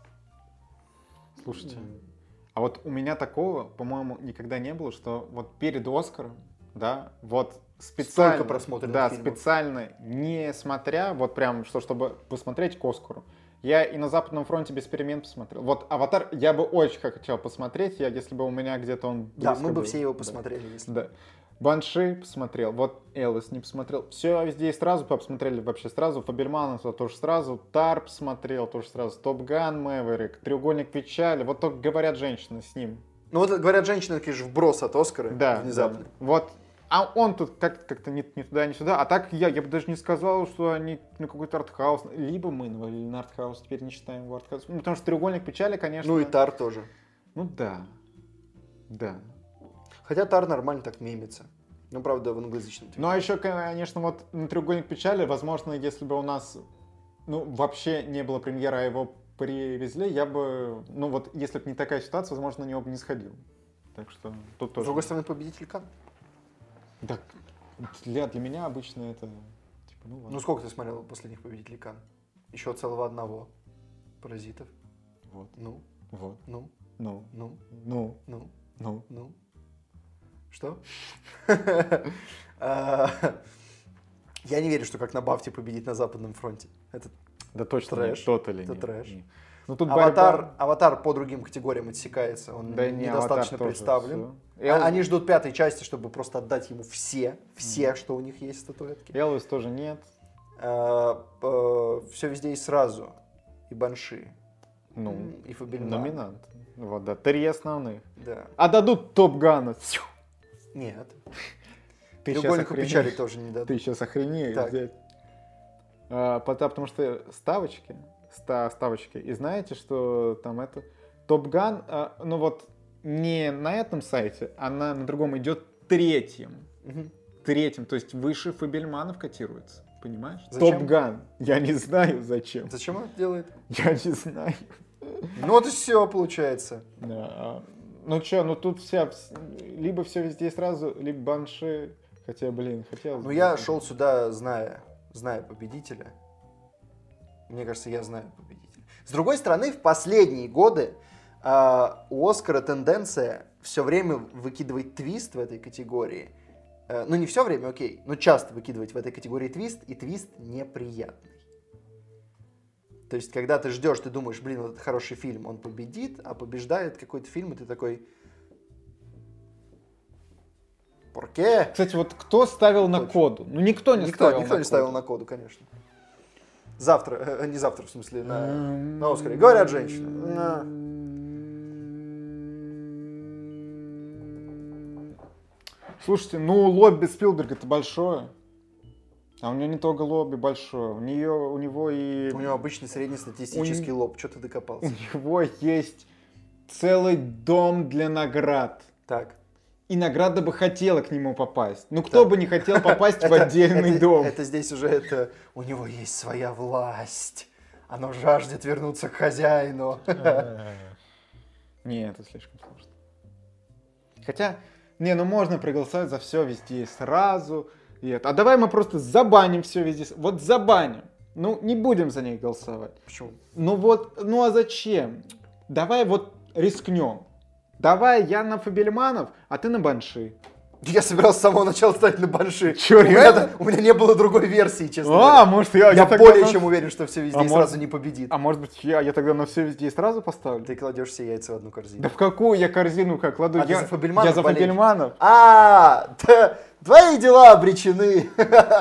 S1: Слушайте, а вот у меня такого, по-моему, никогда не было, что вот перед Оскаром, да, вот специально,
S2: Столько просмотренных
S1: да,
S2: фильмов.
S1: специально не смотря, вот прям, чтобы посмотреть к Оскару, я и на Западном фронте без перемен посмотрел. Вот «Аватар» я бы очень хотел посмотреть, если бы у меня где-то он
S2: Да,
S1: близко
S2: мы бы
S1: был.
S2: все его посмотрели, если
S1: Да. «Банши» посмотрел, вот «Элвис» не посмотрел. Все везде и сразу посмотрели вообще сразу. «Фабельманов» тоже сразу. «Тар» посмотрел тоже сразу. «Топ Ган», «Мэверик», «Треугольник печали». Вот только говорят женщины с ним.
S2: Ну вот говорят, женщины, конечно, вброс от Оскара
S1: Да,
S2: внезапно.
S1: да. Вот. А он тут как-то ни туда, ни сюда. А так я бы даже не сказал, что они на какой-то артхаус. Либо мы навалили на артхаус, теперь не считаем его артхаус. Ну, потому что «Треугольник печали», конечно.
S2: Ну и Тар тоже.
S1: Ну да. Да.
S2: Хотя Тар нормально так мемится. Ну, правда, в англоязычном.
S1: Ну, а еще, конечно, вот на «Треугольник печали», возможно, если бы у нас, ну, вообще не было премьеры, а его привезли, я бы, ну, вот, если бы не такая ситуация, возможно, на него бы не сходил. Так что тут
S2: С
S1: тоже.
S2: другой стороны, победитель Кан.
S1: Так, для меня обычно это, типа, ну, ладно.
S2: Ну, сколько ты смотрел последних победителей Кан? Еще целого одного. Паразитов.
S1: Вот,
S2: Ну,
S1: вот,
S2: ну,
S1: ну,
S2: ну,
S1: ну,
S2: ну,
S1: ну.
S2: ну. Что? Я не верю, что как на Бафте победить на Западном фронте. Это
S1: Да точно
S2: трэш.
S1: нет, тот или
S2: Это
S1: нет.
S2: трэш.
S1: Нет. Ну, тут
S2: Аватар по другим категориям отсекается. Он
S1: Да не,
S2: недостаточно
S1: «Аватар» тоже
S2: представлен.
S1: всё.
S2: Они ждут пятой части, чтобы просто отдать ему все, что у них есть статуэтки.
S1: Элвис тоже нет.
S2: Все везде и сразу. И Банши.
S1: Ну,
S2: И Фабельман.
S1: номинант. Вот, да, 3 основных.
S2: Да.
S1: А дадут «Топ Гана».
S2: Нет.
S1: Ты сейчас
S2: Треугольнику
S1: охренеешь.
S2: печали тоже не дадут.
S1: Ты сейчас охренеешь
S2: Так.
S1: взять. Потому что ставочки, и знаете, что там это... Топ Ган, ну вот не на этом сайте, а на другом идет третьим.
S2: Мгм.
S1: Третьим, то есть выше Фабельманов котируется. Понимаешь?
S2: Зачем?
S1: Топ Ган. Я не знаю зачем.
S2: Зачем он это делает?
S1: Я не знаю.
S2: Ну вот и все получается.
S1: Да. Ну что, ну тут либо все везде и сразу, либо Банши. Хотя, блин, хотелось
S2: Ну
S1: бы.
S2: я шел сюда, зная победителя. Мне кажется, я знаю победителя. С другой стороны, в последние годы у Оскара тенденция все время выкидывать твист в этой категории. Ну не все время, окей, но часто выкидывать в этой категории твист, и твист неприятный. То есть, когда ты ждешь, ты думаешь, блин, вот это хороший фильм, он победит, а побеждает какой-то фильм, и ты такой... Порке?
S1: Кстати, вот кто ставил на коду? Ну, никто не ставил
S2: Никто
S1: на
S2: не ставил на коду, конечно. Завтра, не завтра, в смысле, на Оскаре. Говорят женщины.
S1: Слушайте, ну лобби Спилберга-то большое. А у него не только лобби большое, у него и...
S2: У него обычный среднестатистический лоб. Что ты
S1: У
S2: докопался?
S1: него есть целый дом для наград.
S2: Так.
S1: И награда бы хотела к нему попасть. Ну кто бы не хотел попасть в отдельный дом?
S2: Это здесь уже у него есть своя власть. Оно жаждет вернуться к хозяину.
S1: Не, это слишком сложно. Хотя, Не, ну можно проголосовать за все везде и сразу. А давай мы просто забаним все везде. Вот забаним. Ну, не будем за них голосовать.
S2: Почему?
S1: Ну а зачем? Давай вот рискнем. Давай я на Фабельманов, а ты на Банши.
S2: Я собирался с самого начала ставить на Банши.
S1: Чё, реально?
S2: У меня не было другой версии, честно говоря.
S1: Может
S2: Я более чем уверен, что все везде и
S1: может-
S2: сразу не победит.
S1: А может быть, я тогда на все везде и сразу поставлю?
S2: Ты кладешь все яйца в одну корзину.
S1: Да в какую я корзину как кладу?
S2: А ты за Фабельманов
S1: Я за
S2: болеешь?
S1: Фабельманов.
S2: Твои дела обречены.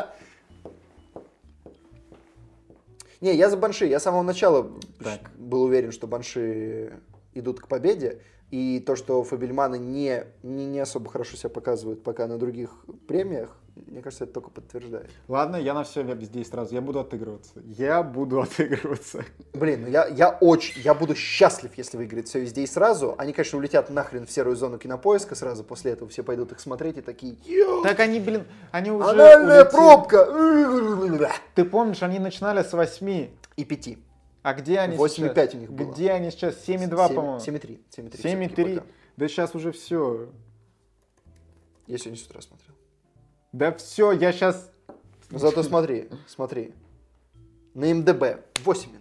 S2: Не, я за Банши. Я с самого начала
S1: Так.
S2: был уверен, что Банши идут к победе. И то, что Фабельманы не особо хорошо себя показывают пока на других премиях, мне кажется, это только подтверждает.
S1: Ладно, я на все везде и сразу. Я буду отыгрываться.
S2: Блин, ну я буду счастлив, если выиграет все везде и сразу. Они, конечно, улетят нахрен в серую зону Кинопоиска сразу. После этого все пойдут их смотреть и такие...
S1: Так они уже
S2: Анальная
S1: улетели.
S2: пробка!
S1: Ты помнишь, они начинали с 8.
S2: И 5.
S1: А где они
S2: 8,5
S1: сейчас?
S2: у них было.
S1: Где они сейчас? 7,2, по-моему.
S2: 7,3.
S1: 7,3. Да сейчас уже все.
S2: Я сегодня с утра смотрел.
S1: Да все, я сейчас...
S2: Зато смотри. На МДБ 8,0.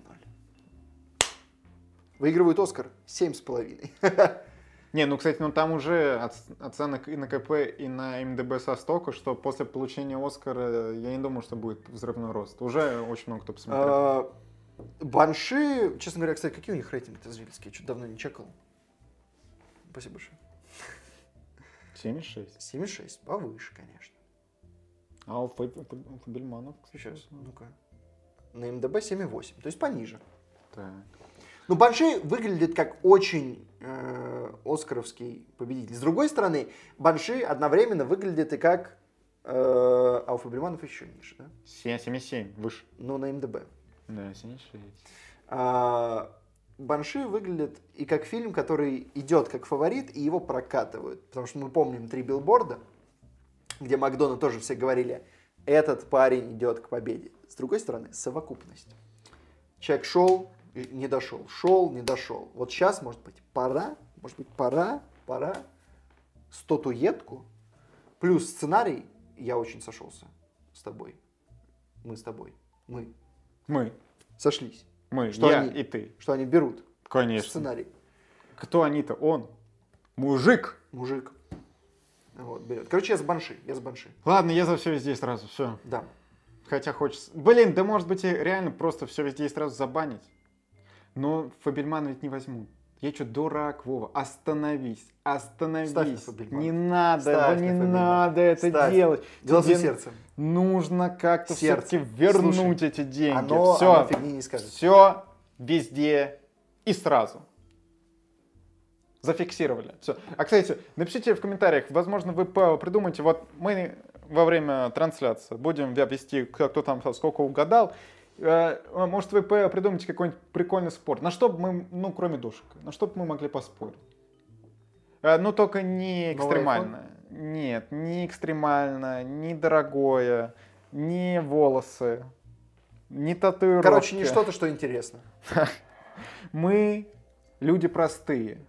S2: Выигрывают Оскар 7,5.
S1: Не, ну, кстати, там уже оценок и на КП, и на МДБ со столько, что после получения Оскара я не думаю, что будет взрывной рост. Уже очень много кто посмотрел.
S2: Банши, честно говоря, кстати, какие у них рейтинги-то зрительские? Я что-то давно не чекал. Спасибо большое.
S1: 7,6.
S2: 7,6. Повыше, конечно.
S1: А у Фабельманов, кстати,
S2: Сейчас, ну-ка. На МДБ 7,8. То есть пониже.
S1: Так.
S2: Ну, Банши выглядит как очень оскаровский победитель. С другой стороны, Банши одновременно выглядит и как... а у Фабельманов еще ниже, да?
S1: 7,7, выше.
S2: Ну, на МДБ.
S1: Да, 7,6.
S2: Банши выглядит и как фильм, который идет как фаворит, и его прокатывают. Потому что мы помним 3 билборда, где Макдона тоже все говорили, этот парень идет к победе. С другой стороны, совокупность. Человек шел, не дошел, шел, не дошел. Вот сейчас, может быть, пора статуэтку, плюс сценарий, я очень сошелся с тобой. Мы с тобой. Мы сошлись. Что
S1: я
S2: они,
S1: и ты.
S2: Что они берут
S1: Конечно.
S2: сценарий.
S1: Кто они-то? Он. Мужик.
S2: Вот, берет. Короче, я с Банши.
S1: Ладно, я за все везде и сразу, все.
S2: Да.
S1: Хотя хочется... Блин, да может быть и реально просто все везде и сразу забанить. Но Фабельман ведь не возьмут. Я что, дурак, Вова? Остановись.
S2: Ставь на Фабельмана.
S1: Не надо,
S2: Ставь
S1: не
S2: на Фабельмана.
S1: надо это
S2: Ставь.
S1: делать.
S2: Голосуй
S1: Тебе
S2: сердцем.
S1: нужно как-то
S2: Сердцем.
S1: все-таки вернуть
S2: Слушай,
S1: эти деньги.
S2: Оно
S1: Все,
S2: фигни не скажет.
S1: все везде и сразу. Зафиксировали. Все. А, кстати, напишите в комментариях, возможно, вы придумаете, вот мы во время трансляции будем вести, кто там сколько угадал. Может, вы придумаете какой-нибудь прикольный спорт. На что бы мы, ну, кроме душек, на что бы мы могли поспорить? Ну, только не экстремально. Нет, не экстремально, не дорогое, не волосы, не татуировки.
S2: Короче, не что-то, что интересно.
S1: Мы люди простые,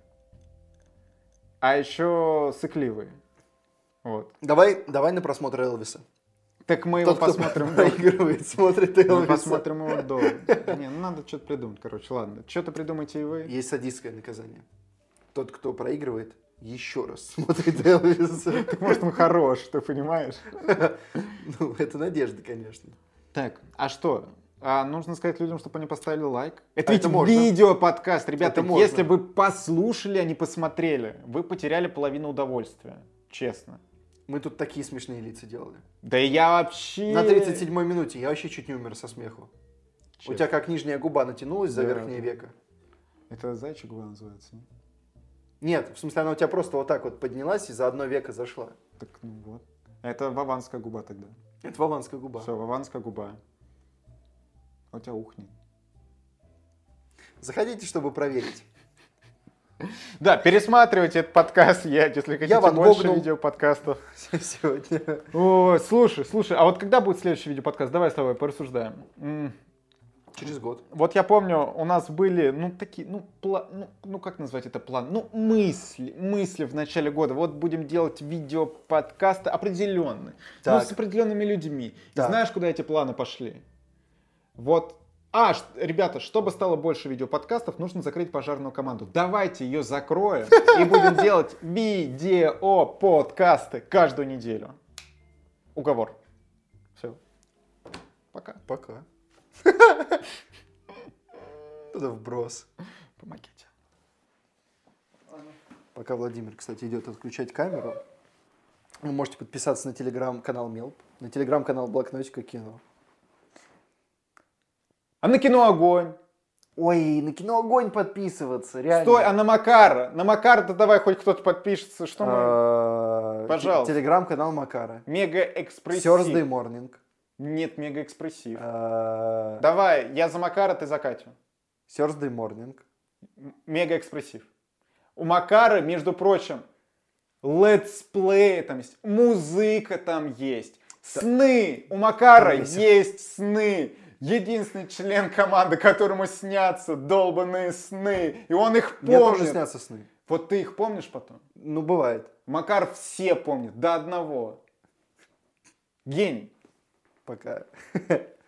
S1: а еще сыкливые. Вот.
S2: Давай на просмотр Элвиса.
S1: Так мы его
S2: Тот, кто
S1: посмотрим.
S2: проигрывает, смотрит Элвиса.
S1: Мы посмотрим его дома. Не, ну надо что-то придумать, короче, ладно. Что-то придумайте и вы.
S2: Есть садистское наказание. Тот, кто проигрывает, еще раз смотрит Элвиса.
S1: Так может он хорош, ты понимаешь?
S2: Ну, это надежда, конечно.
S1: Так, а что? Нужно сказать людям, чтобы они поставили лайк. Это
S2: Это
S1: ведь
S2: можно.
S1: видео-подкаст, ребята.
S2: Это можно.
S1: Если вы послушали, а не посмотрели, вы потеряли половину удовольствия. Честно.
S2: Мы тут такие смешные лица делали.
S1: Да и я вообще...
S2: На 37-й минуте я вообще чуть не умер со смеху.
S1: Честно.
S2: У тебя как нижняя губа натянулась за
S1: Да,
S2: верхнее
S1: да.
S2: веко?
S1: Это зайчик губа называется, не?
S2: Нет, в смысле она у тебя просто вот так вот поднялась и за одно веко зашла.
S1: Так, ну вот. Это ваванская губа тогда.
S2: Это ваванская губа.
S1: Все, ваванская губа. У тебя ухнет.
S2: Заходите, чтобы проверить.
S1: Да, пересматривайте этот подкаст, если хотите
S2: Ван
S1: больше
S2: Гогнул.
S1: видеоподкастов.
S2: Сегодня.
S1: Ой, слушай, а вот когда будет следующий видеоподкаст? Давай с тобой порассуждаем.
S2: Через год.
S1: Вот я помню, у нас были, такие, как назвать это план? Мысли в начале года. Вот будем делать видео-подкасты определенные.
S2: Так.
S1: С определенными людьми. И
S2: Так.
S1: знаешь, куда эти планы пошли? Вот. Ребята, чтобы стало больше видеоподкастов, нужно закрыть пожарную команду. Давайте ее закроем и будем делать видео-подкасты каждую неделю. Уговор. Все. Пока.
S2: Пока. Туда вброс.
S1: Помогите.
S2: Пока Владимир, кстати, идет отключать камеру, вы можете подписаться на телеграм-канал Мелп, на телеграм-канал Блокнотика Кино.
S1: А на кино огонь.
S2: Ой, на кино огонь подписываться, реально.
S1: Стой, а на Макара? На Макара-то давай хоть кто-то подпишется. Что мы... Пожалуйста.
S2: Телеграм-канал Макара.
S1: Мега экспрессив.
S2: Thursday Morning.
S1: Нет, мега экспрессив. Давай, я за Макара, ты за Катю.
S2: Thursday Morning.
S1: Мега экспрессив. У Макара, между прочим, летсплей там есть, музыка там есть, сны. У Макара есть сны. Единственный член команды, которому снятся долбаные сны. И он их помнит.
S2: Мне тоже снятся сны.
S1: Вот ты их помнишь потом?
S2: Ну, бывает.
S1: Макар все помнит, до одного. Гений.
S2: Пока.